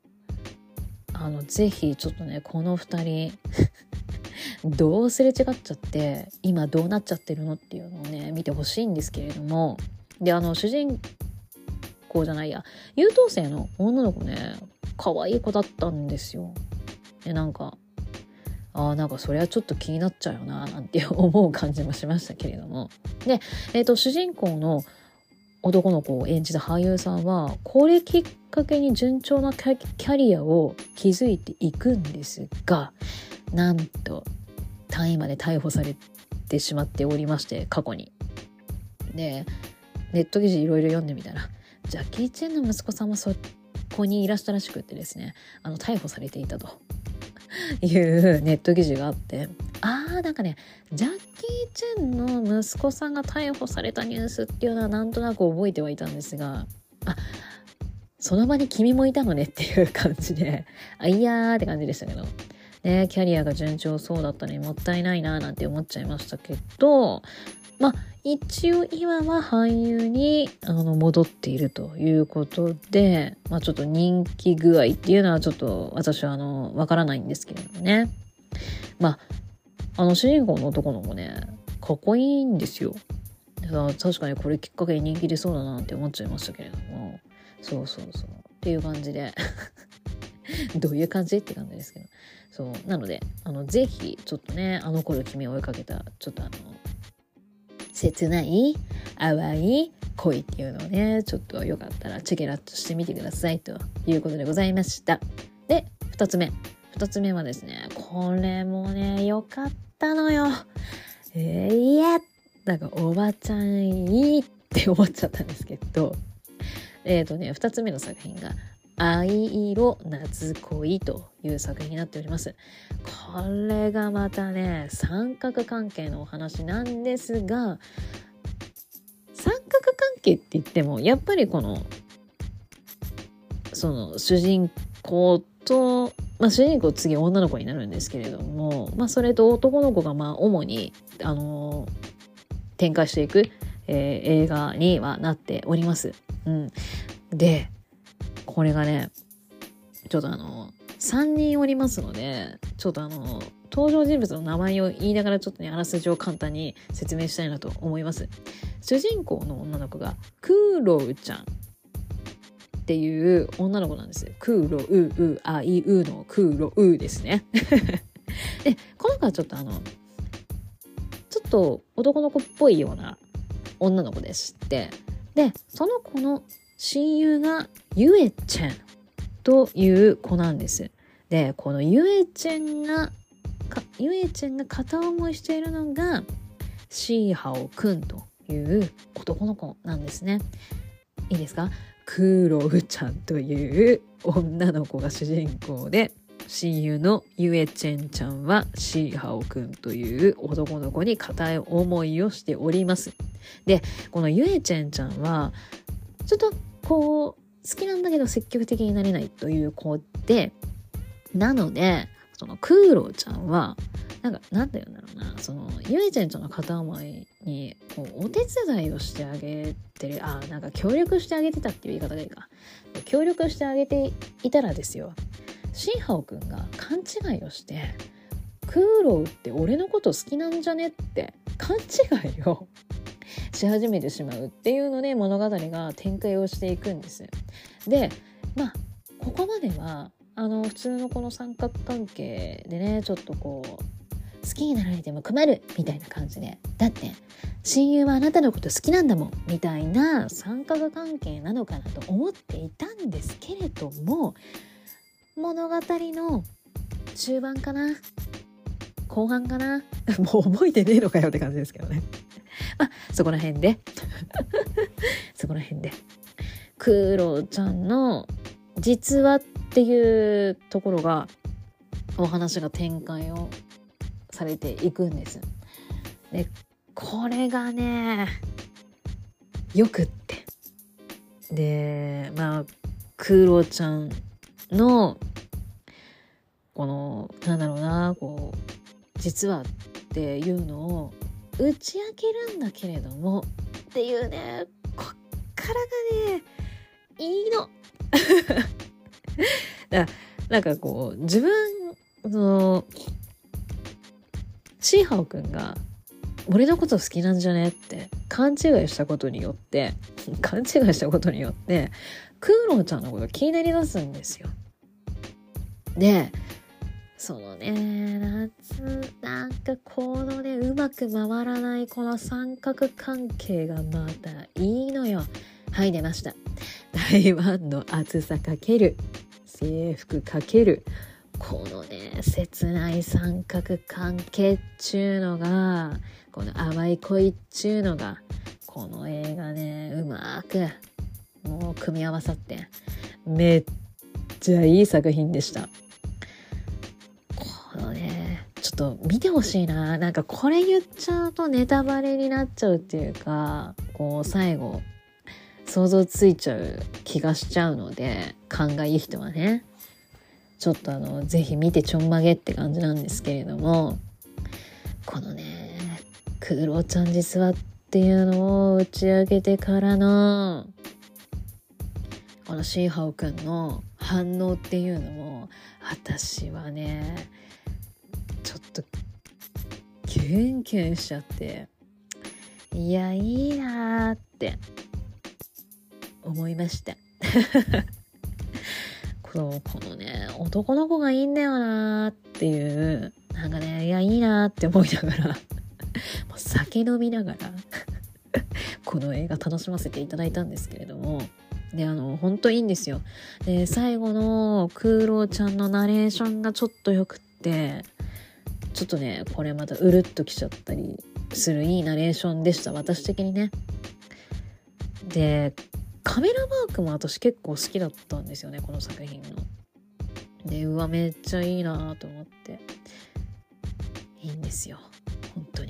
ぜひちょっとねこの2人どうすれ違っちゃって今どうなっちゃってるのっていうのをね見てほしいんですけれども、で主人公じゃないや優等生の女の子ね可愛い子だったんですよ。でなんかそれはちょっと気になっちゃうよななんて思う感じもしましたけれども、で主人公の男の子を演じた俳優さんはこれきっかけに順調なキャリアを築いていくんですが、なんと大麻で逮捕されてしまっておりまして、過去に。でネット記事いろいろ読んでみたら、ジャッキー・チェンの息子さんもそこにいらしたらしくってですね、逮捕されていたというネット記事があって、なんかねジャッキー・チェンの息子さんが逮捕されたニュースっていうのはなんとなく覚えてはいたんですが、その場に君もいたのねっていう感じでいやーって感じでしたけどね、キャリアが順調そうだったのにもったいないななんて思っちゃいましたけど、一応今は俳優に戻っているということで、ちょっと人気具合っていうのはちょっと私はわからないんですけれどもね。主人公の男の子ねかっこいいんですよ。確かにこれきっかけに人気出そうだなって思っちゃいましたけれども、そうっていう感じでどういう感じって感じですけど、そうなのでぜひちょっとね頃君を追いかけたちょっと切ない淡い恋っていうのをねちょっとよかったらチェケラッとしてみてくださいということでございました。で2つ目はですね、これもねよかったのよ。いやなんかおばちゃんいいって思っちゃったんですけど、2つ目の作品が藍色夏恋という作品になっております。これがまたね三角関係のお話なんですが、三角関係って言ってもやっぱりその主人公と、主人公次女の子になるんですけれども、それと男の子が主に展開していく、映画にはなっております。でこれがねちょっと 3人おりますので、ちょっと登場人物の名前を言いながらちょっとね、あらすじを簡単に説明したいなと思います。主人公の女の子がクーロウちゃんっていう女の子なんです。クーロウウアイウのクーロウですね。で、この子はちょっと男の子っぽいような女の子でして、で、その子の親友がユエチェンという子なんです。で、このユエチェンが片思いしているのがシーハオくんという男の子なんですね。いいですか？クーロウちゃんという女の子が主人公で、親友のユエチェンちゃんはシーハオくんという男の子に片思いをしております。で、このユエチェンちゃんはちょっとこう好きなんだけど積極的になれないという子で、なのでそのクーロウちゃんはなんて言うんだろうな、そのユエチェンちゃんの片思いにこうお手伝いをしてあげてる、協力してあげてたっていう言い方がいいか、協力してあげていたらですよ、シンハオくんが勘違いをして、クーロウって俺のこと好きなんじゃねって勘違いをし始めてしまうっていうので物語が展開をしていくんです。で、ここまでは普通のこの三角関係でね、ちょっとこう好きになられても困るみたいな感じで、だって親友はあなたのこと好きなんだもんみたいな三角関係なのかなと思っていたんですけれども、物語の中盤かな後半かなもう覚えてねえのかよって感じですけどねそこら辺でクーロウちゃんの実話っていうところがお話が展開をされていくんです。で、これがねよくって、でクーロウちゃんのこの実はっていうのを打ち明けるんだけれどもっていうね、こっからがねいいの自分シーハオくんが俺のこと好きなんじゃねって勘違いしたことによってクーロウちゃんのこと気になりだすんですよ。で、そのねこのねうまく回らないこの三角関係がまたいいのよ。はい、出ました。台湾の厚さかける制服かけるこのね切ない三角関係っちゅうのが、この淡い恋っちゅうのが、この映画ねうまくもう組み合わさってめっちゃいい作品でした。このねちょっと見てほしいな。これ言っちゃうとネタバレになっちゃうっていうか、こう最後想像ついちゃう気がしちゃうので、勘がいい人はねちょっとぜひ見てちょんまげって感じなんですけれども、このねクーロウちゃん実話っていうのを打ち上げてからのこのシーハオくんの反応っていうのも私はねちょっとキュンキュンしちゃって、いやいいなーって思いましたこのね男の子がいいんだよなーっていういやいいなーって思いながらもう酒飲みながらこの映画楽しませていただいたんですけれども、で本当いいんですよ。で最後のクーロウちゃんのナレーションがちょっとよくって、ちょっとねこれまたうるっときちゃったりするいいナレーションでした、私的にね。でカメラワークも私結構好きだったんですよね、この作品の。でめっちゃいいなと思って、いいんですよ本当に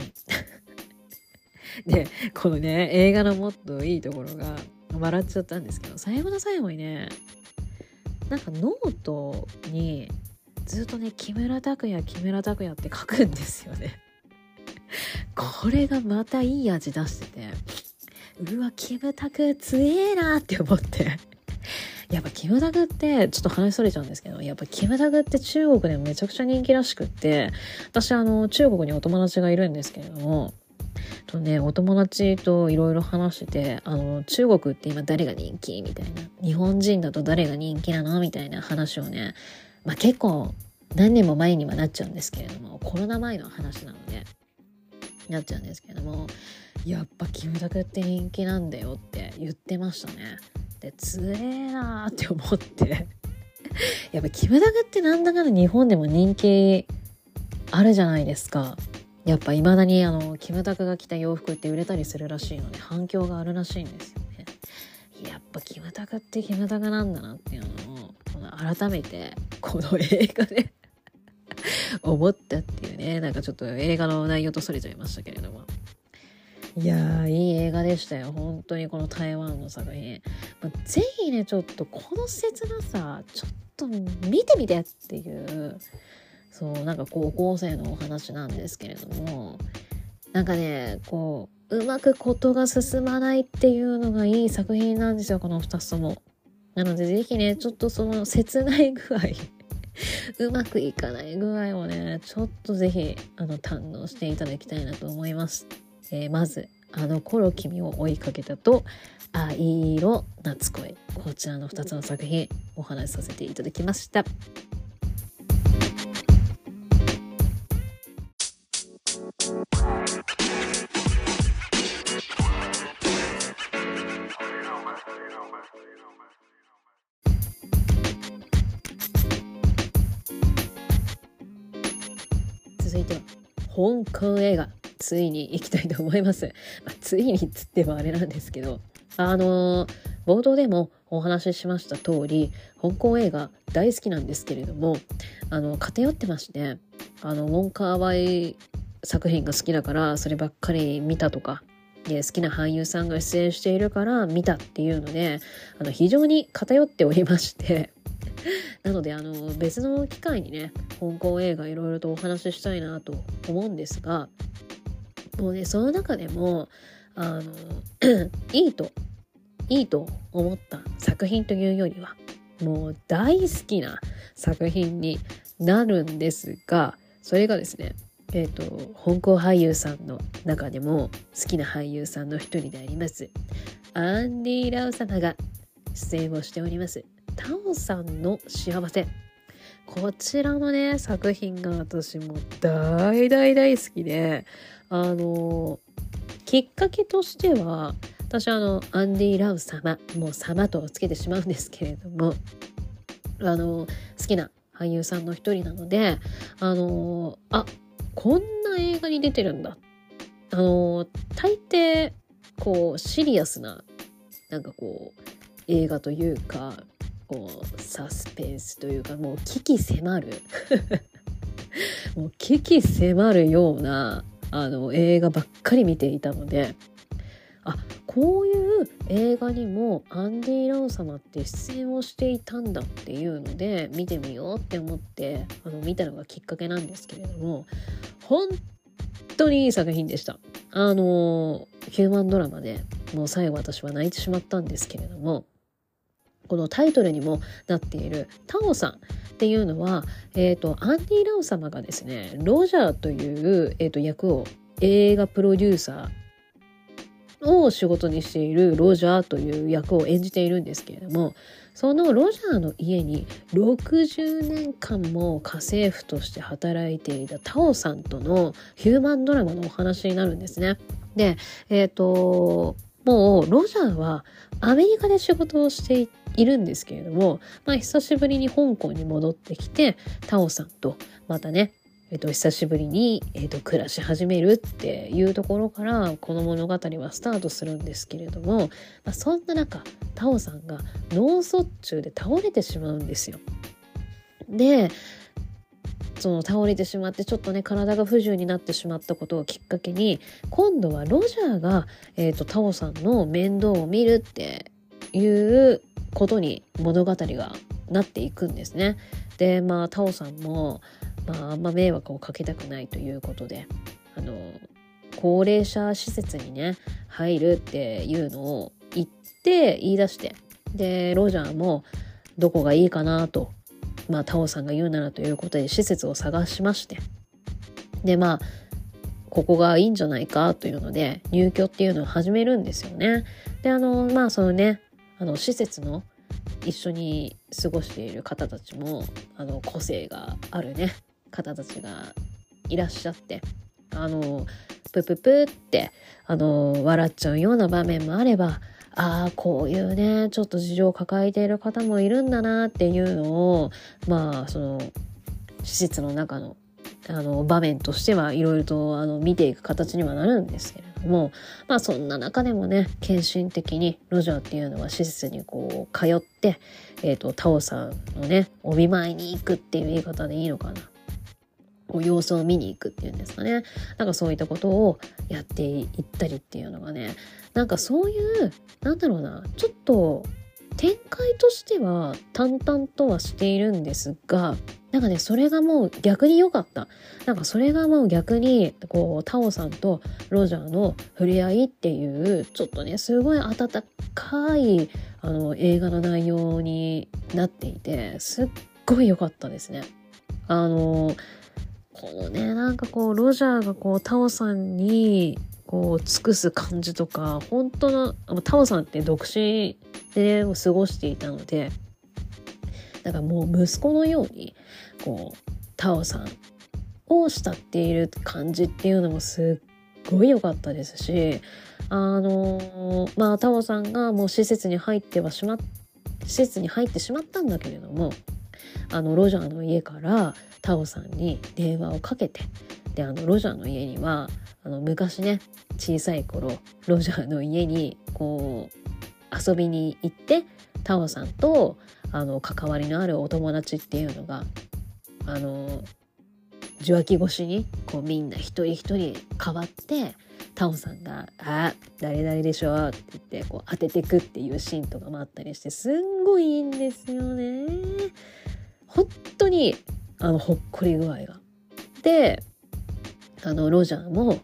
でこのね映画のもっといいところが、笑っちゃったんですけど、最後の最後にねノートにずっとね木村拓哉って書くんですよねこれがまたいい味出してて、うわキムタク強えなって思って、いやっぱキムタクってちょっと話それちゃうんですけど、やっぱキムタクって中国でもめちゃくちゃ人気らしくって、私中国にお友達がいるんですけれども、お友達といろいろ話してて、中国って今誰が人気みたいな、日本人だと誰が人気なのみたいな話をね、結構何年も前にはなっちゃうんですけれども、コロナ前の話なのでなっちゃうんですけれども、やっぱキムタクって人気なんだよって言ってましたね。で、つえなーって思ってやっぱキムタクってなんだかんだ日本でも人気あるじゃないですか。やっぱ未だにキムタクが着た洋服って売れたりするらしいので、反響があるらしいんですよね。やっぱキムタクってキムタクなんだなっていうのを改めてこの映画で思ったっていうね。なんかちょっと映画の内容とそれちゃいましたけれども、いやー、いい映画でしたよ本当に。この台湾の作品、ぜひね、ちょっとこの切なさちょっと見てみてっていう、そう、なんか高校生のお話なんですけれども、なんかね、うまくことが進まないっていうのがいい作品なんですよ、この2つとも。なのでぜひね、ちょっとその切ない具合うまくいかない具合をね、ちょっとぜひ堪能していただきたいなと思います。まず頃君を追いかけたと藍色夏恋、こちらの2つの作品お話しさせていただきました。続いては香港映画、ついに行きたいと思います。ついにっつってもあれなんですけど、冒頭でもお話ししました通り、香港映画大好きなんですけれども、偏ってまして、ウォンカーワイ作品が好きだからそればっかり見たとか、好きな俳優さんが出演しているから見たっていうので、非常に偏っておりましてなので別の機会にね、香港映画いろいろとお話ししたいなと思うんですが、もうね、その中でもいいと思った作品というよりは、もう大好きな作品になるんですが、それがですね、香港俳優さんの中でも好きな俳優さんの一人でありますアンディ・ラウ様が出演をしておりますタオさんの幸せ、こちらのね作品が私も大好きで、きっかけとしては、私アンディ・ラウ様、もう様とつけてしまうんですけれども、好きな俳優さんの一人なので、こんな映画に出てるんだ。大抵シリアスな映画というか、サスペンスというか、もう危機迫るもう危機迫るような映画ばっかり見ていたので、こういう映画にもアンディ・ラオ様って出演をしていたんだっていうので見てみようって思って見たのがきっかけなんですけれども、本当にいい作品でした。ヒューマンドラマでもう最後私は泣いてしまったんですけれども、このタイトルにもなっているタオさんっていうのは、アンディ・ラオ様がですね、ロジャーという、役を、映画プロデューサーを仕事にしているロジャーという役を演じているんですけれども、そのロジャーの家に60年間も家政婦として働いていたタオさんとのヒューマンドラマのお話になるんですね。で、もうロジャーはアメリカで仕事をしているんですけれども、久しぶりに香港に戻ってきて、タオさんとまたね、久しぶりに、暮らし始めるっていうところからこの物語はスタートするんですけれども、そんな中タオさんが脳卒中で倒れてしまうんですよ。で、その倒れてしまってちょっとね体が不自由になってしまったことをきっかけに、今度はロジャーが、タオさんの面倒を見るっていうことに物語がなっていくんですね。で、タオさんも、あんま迷惑をかけたくないということで、高齢者施設にね入るっていうのを言い出して、 でロジャーもどこがいいかなと、タオさんが言うならということで施設を探しまして、でここがいいんじゃないかというので入居っていうのを始めるんですよね。でそのね施設の一緒に過ごしている方たちも個性があるね方たちがいらっしゃって、プププって笑っちゃうような場面もあれば、こういうねちょっと事情を抱えている方もいるんだなっていうのをその施設の中の場面としてはいろいろと見ていく形にはなるんですけれども、そんな中でもね献身的にロジャーっていうのは施設にこう通って、タオさんのねお見舞いに行くっていう言い方でいいのかな、様子を見に行くっていうんですかね、そういったことをやっていったりっていうのがね、そういうちょっと展開としては淡々とはしているんですが、それがもう逆に良かった。それがもう逆にタオさんとロジャーの触れ合いっていうちょっとねすごい温かい映画の内容になっていて、すっごい良かったですね。このねロジャーがタオさんに尽くす感じとか、本当のタオさんって独身で、過ごしていたので、もう息子のようにタオさんを慕っている感じっていうのもすっごい良かったですし、タオさんがもう施設に入ってしまったんだけれども、ロジャーの家からタオさんに電話をかけて、でロジャーの家には昔ね小さい頃ロジャーの家に遊びに行ってタオさんと関わりのあるお友達っていうのが受話器越しにみんな一人一人変わって、タオさんが誰々でしょって言って当ててくっていうシーンとかもあったりして、すんごいいいんですよね。本当にほっこり具合が。でロジャーも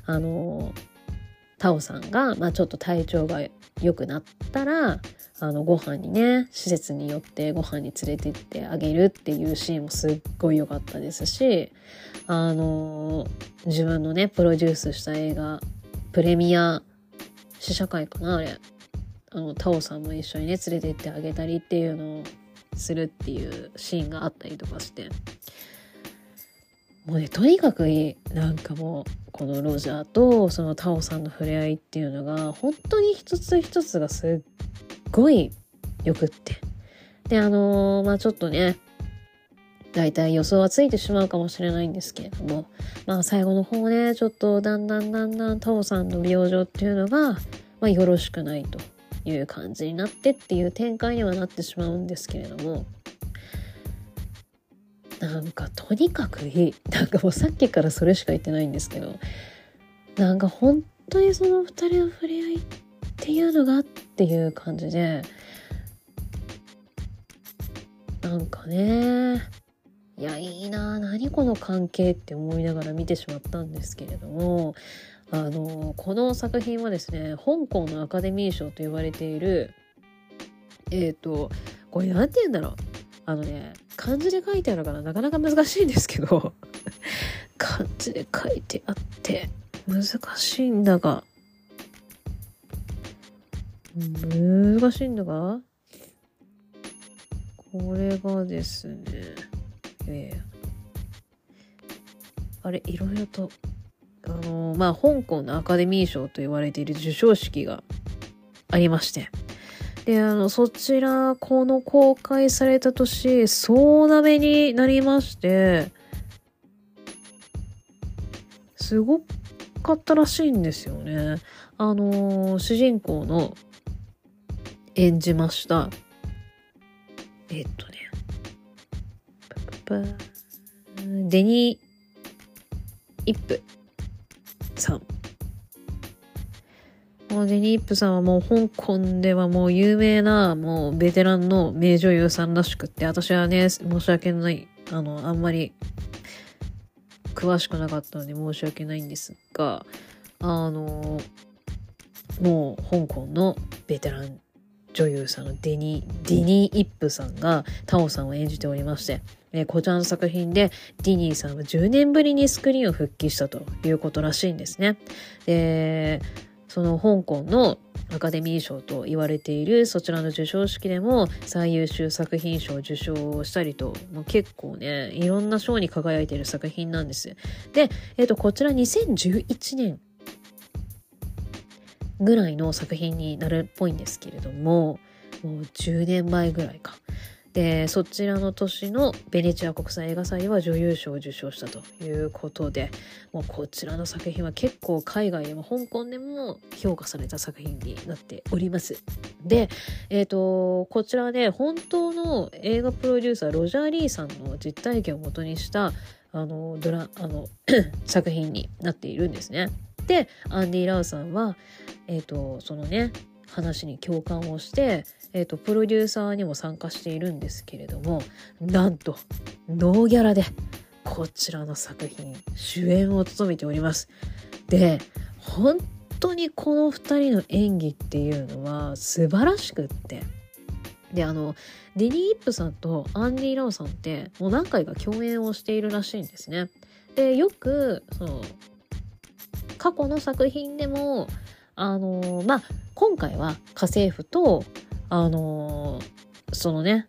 タオさんが、ちょっと体調が良くなったらご飯にね施設によってご飯に連れて行ってあげるっていうシーンもすっごい良かったですし、自分のねプロデュースした映画プレミア試写会かな、あれタオさんも一緒にね連れて行ってあげたりっていうのをするっていうシーンがあったりとかして、もうねとにかくいい。もうこのロジャーとそのタオさんの触れ合いっていうのが本当に一つ一つがすっごいよくって、でちょっとねだいたい予想はついてしまうかもしれないんですけれども、最後の方ねちょっとだんだんタオさんの病状っていうのが、よろしくないという感じになってっていう展開にはなってしまうんですけれども、とにかくいい。もうさっきからそれしか言ってないんですけど、本当にその二人の触れ合いっていうのがっていう感じで、いやいいな、何この関係って思いながら見てしまったんですけれども、この作品はですね香港のアカデミー賞と言われているこれなんて言うんだろう、漢字で書いてあるからなかなか難しいんですけど漢字で書いてあって難しいんだがこれがですね、いろいろと香港のアカデミー賞と言われている授賞式がありまして、でそちらこの公開された年総なめになりまして、すごかったらしいんですよね。主人公の演じましたデニー・イップさん。デニー・イップさんはもう香港ではもう有名なもうベテランの名女優さんらしくって、私はね申し訳ない、あんまり詳しくなかったので申し訳ないんですが、もう香港のベテラン女優さんのディニー・イップさんがタオさんを演じておりまして、こちらの作品でディニーさんは10年ぶりにスクリーンを復帰したということらしいんですね。で、その香港のアカデミー賞と言われているそちらの授賞式でも最優秀作品賞を受賞したりと、結構ねいろんな賞に輝いている作品なんです。で、こちら2011年ぐらいの作品になるっぽいんですけれども、もう10年前ぐらいか。で、そちらの年のベネチア国際映画祭では女優賞を受賞したということで、もうこちらの作品は結構海外でも香港でも評価された作品になっております。で、こちらで本当の映画プロデューサーロジャー・リーさんの実体験を元にした作品になっているんですね。で、アンディ・ラウさんは、そのね話に共感をして、プロデューサーにも参加しているんですけれども、なんとノーギャラでこちらの作品主演を務めております。で、本当にこの2人の演技っていうのは素晴らしくって、でディニー・イップさんとアンディ・ラオさんってもう何回か共演をしているらしいんですね。で、よくその過去の作品でも今回は家政婦とそのね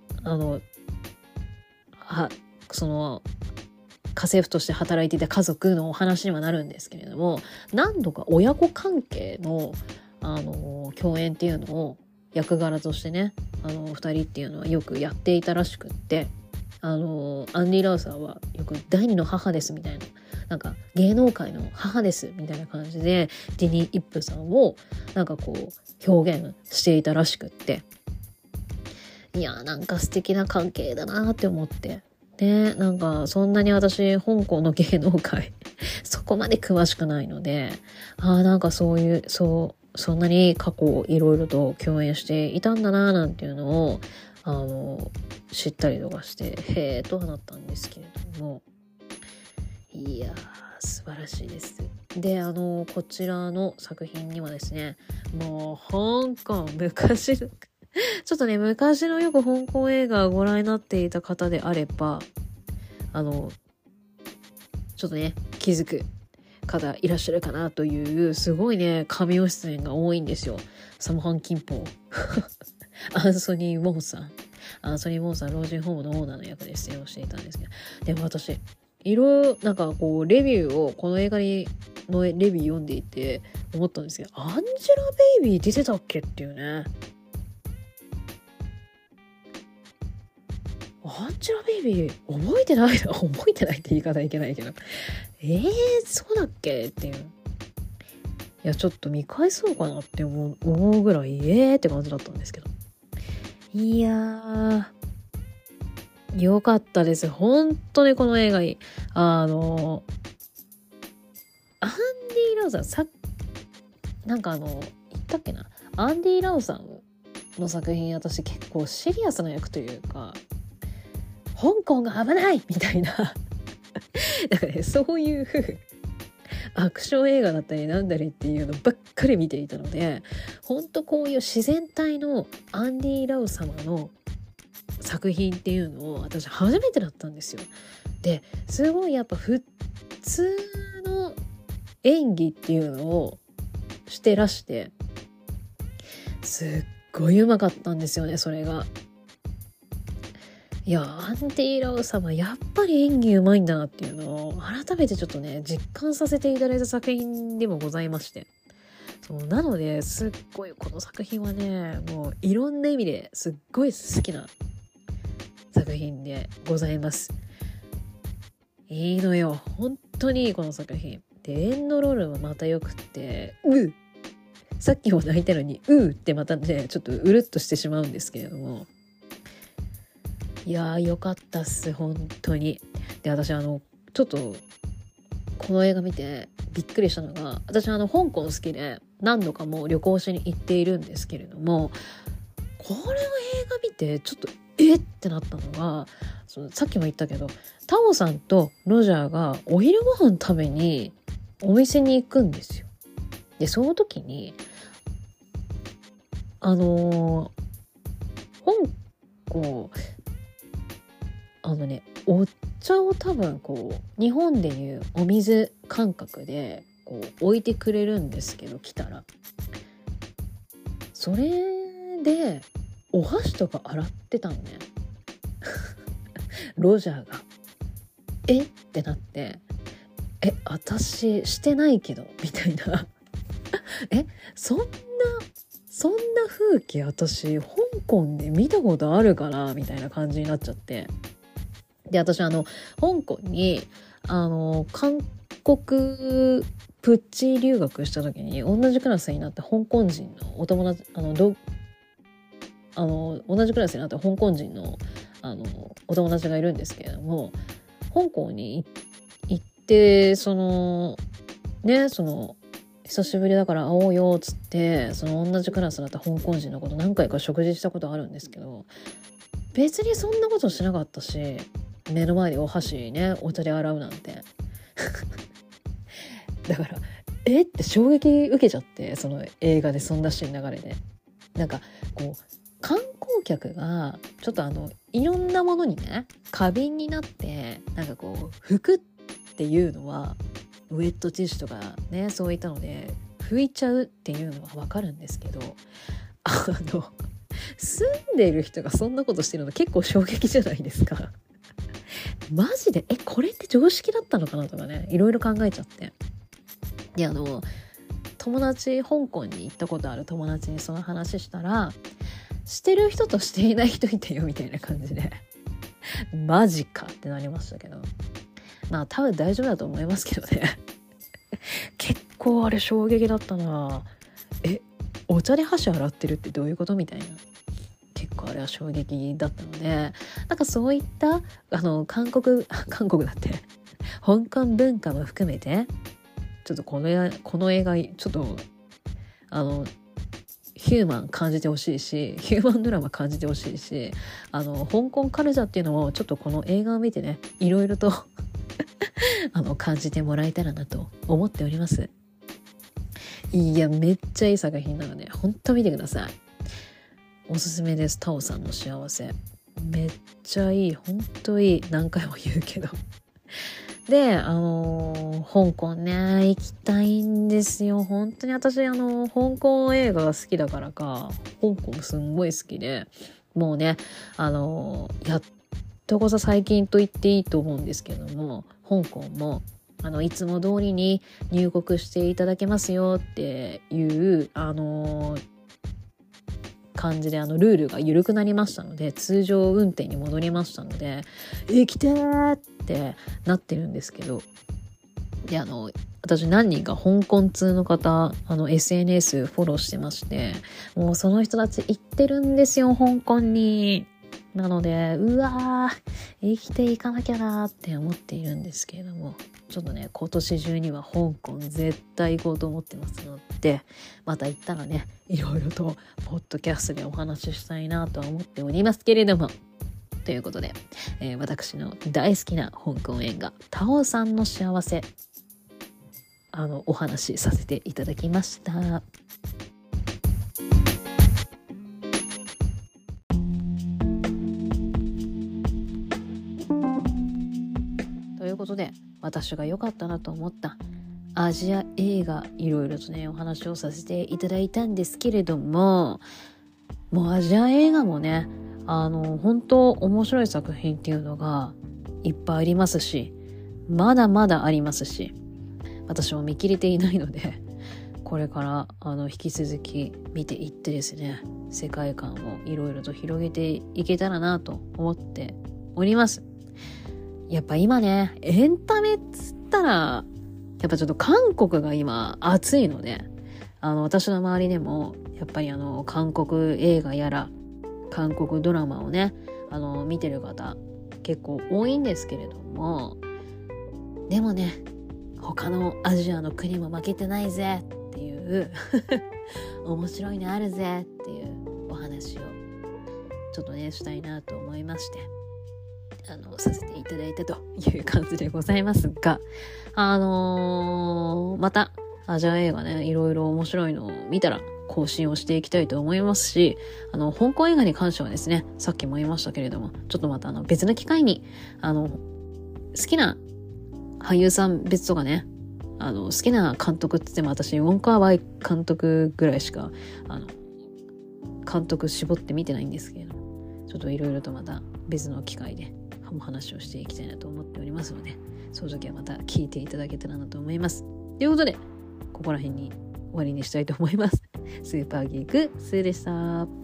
その家政婦として働いていた家族のお話にはなるんですけれども、何度か親子関係の共演っていうのを役柄としてね2人っていうのはよくやっていたらしくって、アンディ・ラウさんはよく第二の母ですみたいな、なんか芸能界の母ですみたいな感じでディニー・イップさんをなんかこう表現していたらしくって、いやなんか素敵な関係だなって思ってね、なんかそんなに私香港の芸能界そこまで詳しくないので、なんかそんなに過去いろいろと共演していたんだななんていうのを知ったりとかしてへーとはなったんですけれども、いやー素晴らしいです。で、こちらの作品にはですね、もう香港昔のちょっとね昔のよく香港映画をご覧になっていた方であればちょっとね気づく方いらっしゃるかなというすごいねカメオ出演が多いんですよ。サムハン・キンポーアンソニー・ウォンさん老人ホームのオーナーの役で出演をしていたんですけど、でも私いろいろなんかこうレビューをこの映画のレビュー読んでいて思ったんですけど、アンジェラ・ベイビー出てたっけっていうね。アンジェラ・ベイビー覚えてないって言い方いけないけどそうだっけっていう、いやちょっと見返そうかなって思うぐらいって感じだったんですけど、いやーよかったです。本当にこの映画いい。アンディ・ラウさんなんか言ったっけな、アンディ・ラウさんの作品私結構シリアスな役というか香港が危ないみたいななんかねそういうアクション映画だったりなんだりっていうのばっかり見ていたので、本当こういう自然体のアンディ・ラウ様の作品っていうのを私初めてだったんですよ。ですごいやっぱ普通の演技っていうのをしてらしてすっごい上手かったんですよね。それがいやアンディ・ラウ様やっぱり演技うまいんだなっていうのを改めてちょっとね実感させていただいた作品でもございまして、そうなのですっごいこの作品はねもういろんな意味ですっごい好きな作品でございます。いいのよ本当にいいこの作品で、エンドロールもまたよくってさっきも泣いたのにってまたねちょっとうるっとしてしまうんですけれども、いやーよかったっす本当に。で私ちょっとこの映画見てびっくりしたのが、私香港好きで何度かもう旅行しに行っているんですけれども、これの映画見てちょっとってなったのが、さっきも言ったけどタオさんとロジャーがお昼ご飯食べにお店に行くんですよ。でその時に香港お茶を多分日本でいうお水感覚で置いてくれるんですけど、来たらそれでお箸とか洗ってたのねロジャーがってなって、私してないけどみたいなそんな風景私香港で見たことあるかなみたいな感じになっちゃって、で私香港に韓国プッチ留学した時に同じクラスになって香港人のお友達同じクラスになって香港人のお友達がいるんですけれども、香港に行って久しぶりだから会おうよっつって同じクラスだった香港人のこと何回か食事したことあるんですけど、別にそんなことしなかったし、目の前でお箸ねお茶で洗うなんてだからって衝撃受けちゃって、その映画でそんなシーン流れで観光客がちょっといろんなものにね過敏になって拭くっていうのはウェットティッシュとかねそういったので拭いちゃうっていうのは分かるんですけど、住んでいる人がそんなことしてるの結構衝撃じゃないですかマジでこれって常識だったのかなとかね、いろいろ考えちゃって、で友達香港に行ったことある友達にその話したら、してる人としていない人いたよみたいな感じでマジかってなりましたけど、まあ多分大丈夫だと思いますけどね結構あれ衝撃だったな。お茶で箸洗ってるってどういうことみたいな、結構あれは衝撃だったので、そういった韓国だって香港文化も含めてちょっとこの映画ちょっとヒューマン感じてほしいし、ヒューマンドラマ感じてほしいし、香港カルチャーっていうのをちょっとこの映画を見てね、いろいろと感じてもらえたらなと思っております。いやめっちゃいい作品なので本当見てください。おすすめです。タオさんの幸せめっちゃいい、本当いい、何回も言うけどで香港ね行きたいんですよ。本当に私香港映画が好きだからか香港すんごい好きで、もうねやっとこそ最近と言っていいと思うんですけども、香港もいつも通りに入国していただけますよっていう感じでルールが緩くなりましたので、通常運転に戻りましたので来てーってなってるんですけど、で私何人か香港通の方SNS フォローしてまして、もうその人たち行ってるんですよ香港に。なのでうわー生きていかなきゃなって思っているんですけれども、ちょっとね今年中には香港絶対行こうと思ってますので、また行ったらねいろいろとポッドキャストでお話ししたいなとは思っておりますけれども、ということで、私の大好きな香港映画タオさんの幸せお話しさせていただきました。ということで私が良かったなと思ったアジア映画いろいろとねお話をさせていただいたんですけれども、もうアジア映画もね本当面白い作品っていうのがいっぱいありますし、まだまだありますし、私も見切れていないのでこれから引き続き見ていってですね、世界観をいろいろと広げていけたらなと思っております。やっぱ今ねエンタメっつったらやっぱちょっと韓国が今熱いので、私の周りでもやっぱり韓国映画やら韓国ドラマをね見てる方結構多いんですけれども、でもね他のアジアの国も負けてないぜっていう面白いのあるぜっていうお話をちょっとねしたいなと思いましてさせていただいたという感じでございますが、またアジア映画ねいろいろ面白いのを見たら更新をしていきたいと思いますし、香港映画に関してはですね、さっきも言いましたけれども、ちょっとまた別の機会に、好きな俳優さん別とかね、好きな監督って言っても私、ウォンカーワイ監督ぐらいしか、監督絞って見てないんですけれども、ちょっといろいろとまた別の機会でお話をしていきたいなと思っておりますので、その時はまた聞いていただけたらなと思います。ということで、ここら辺に終わりにしたいと思います。スーパーギークスーでした。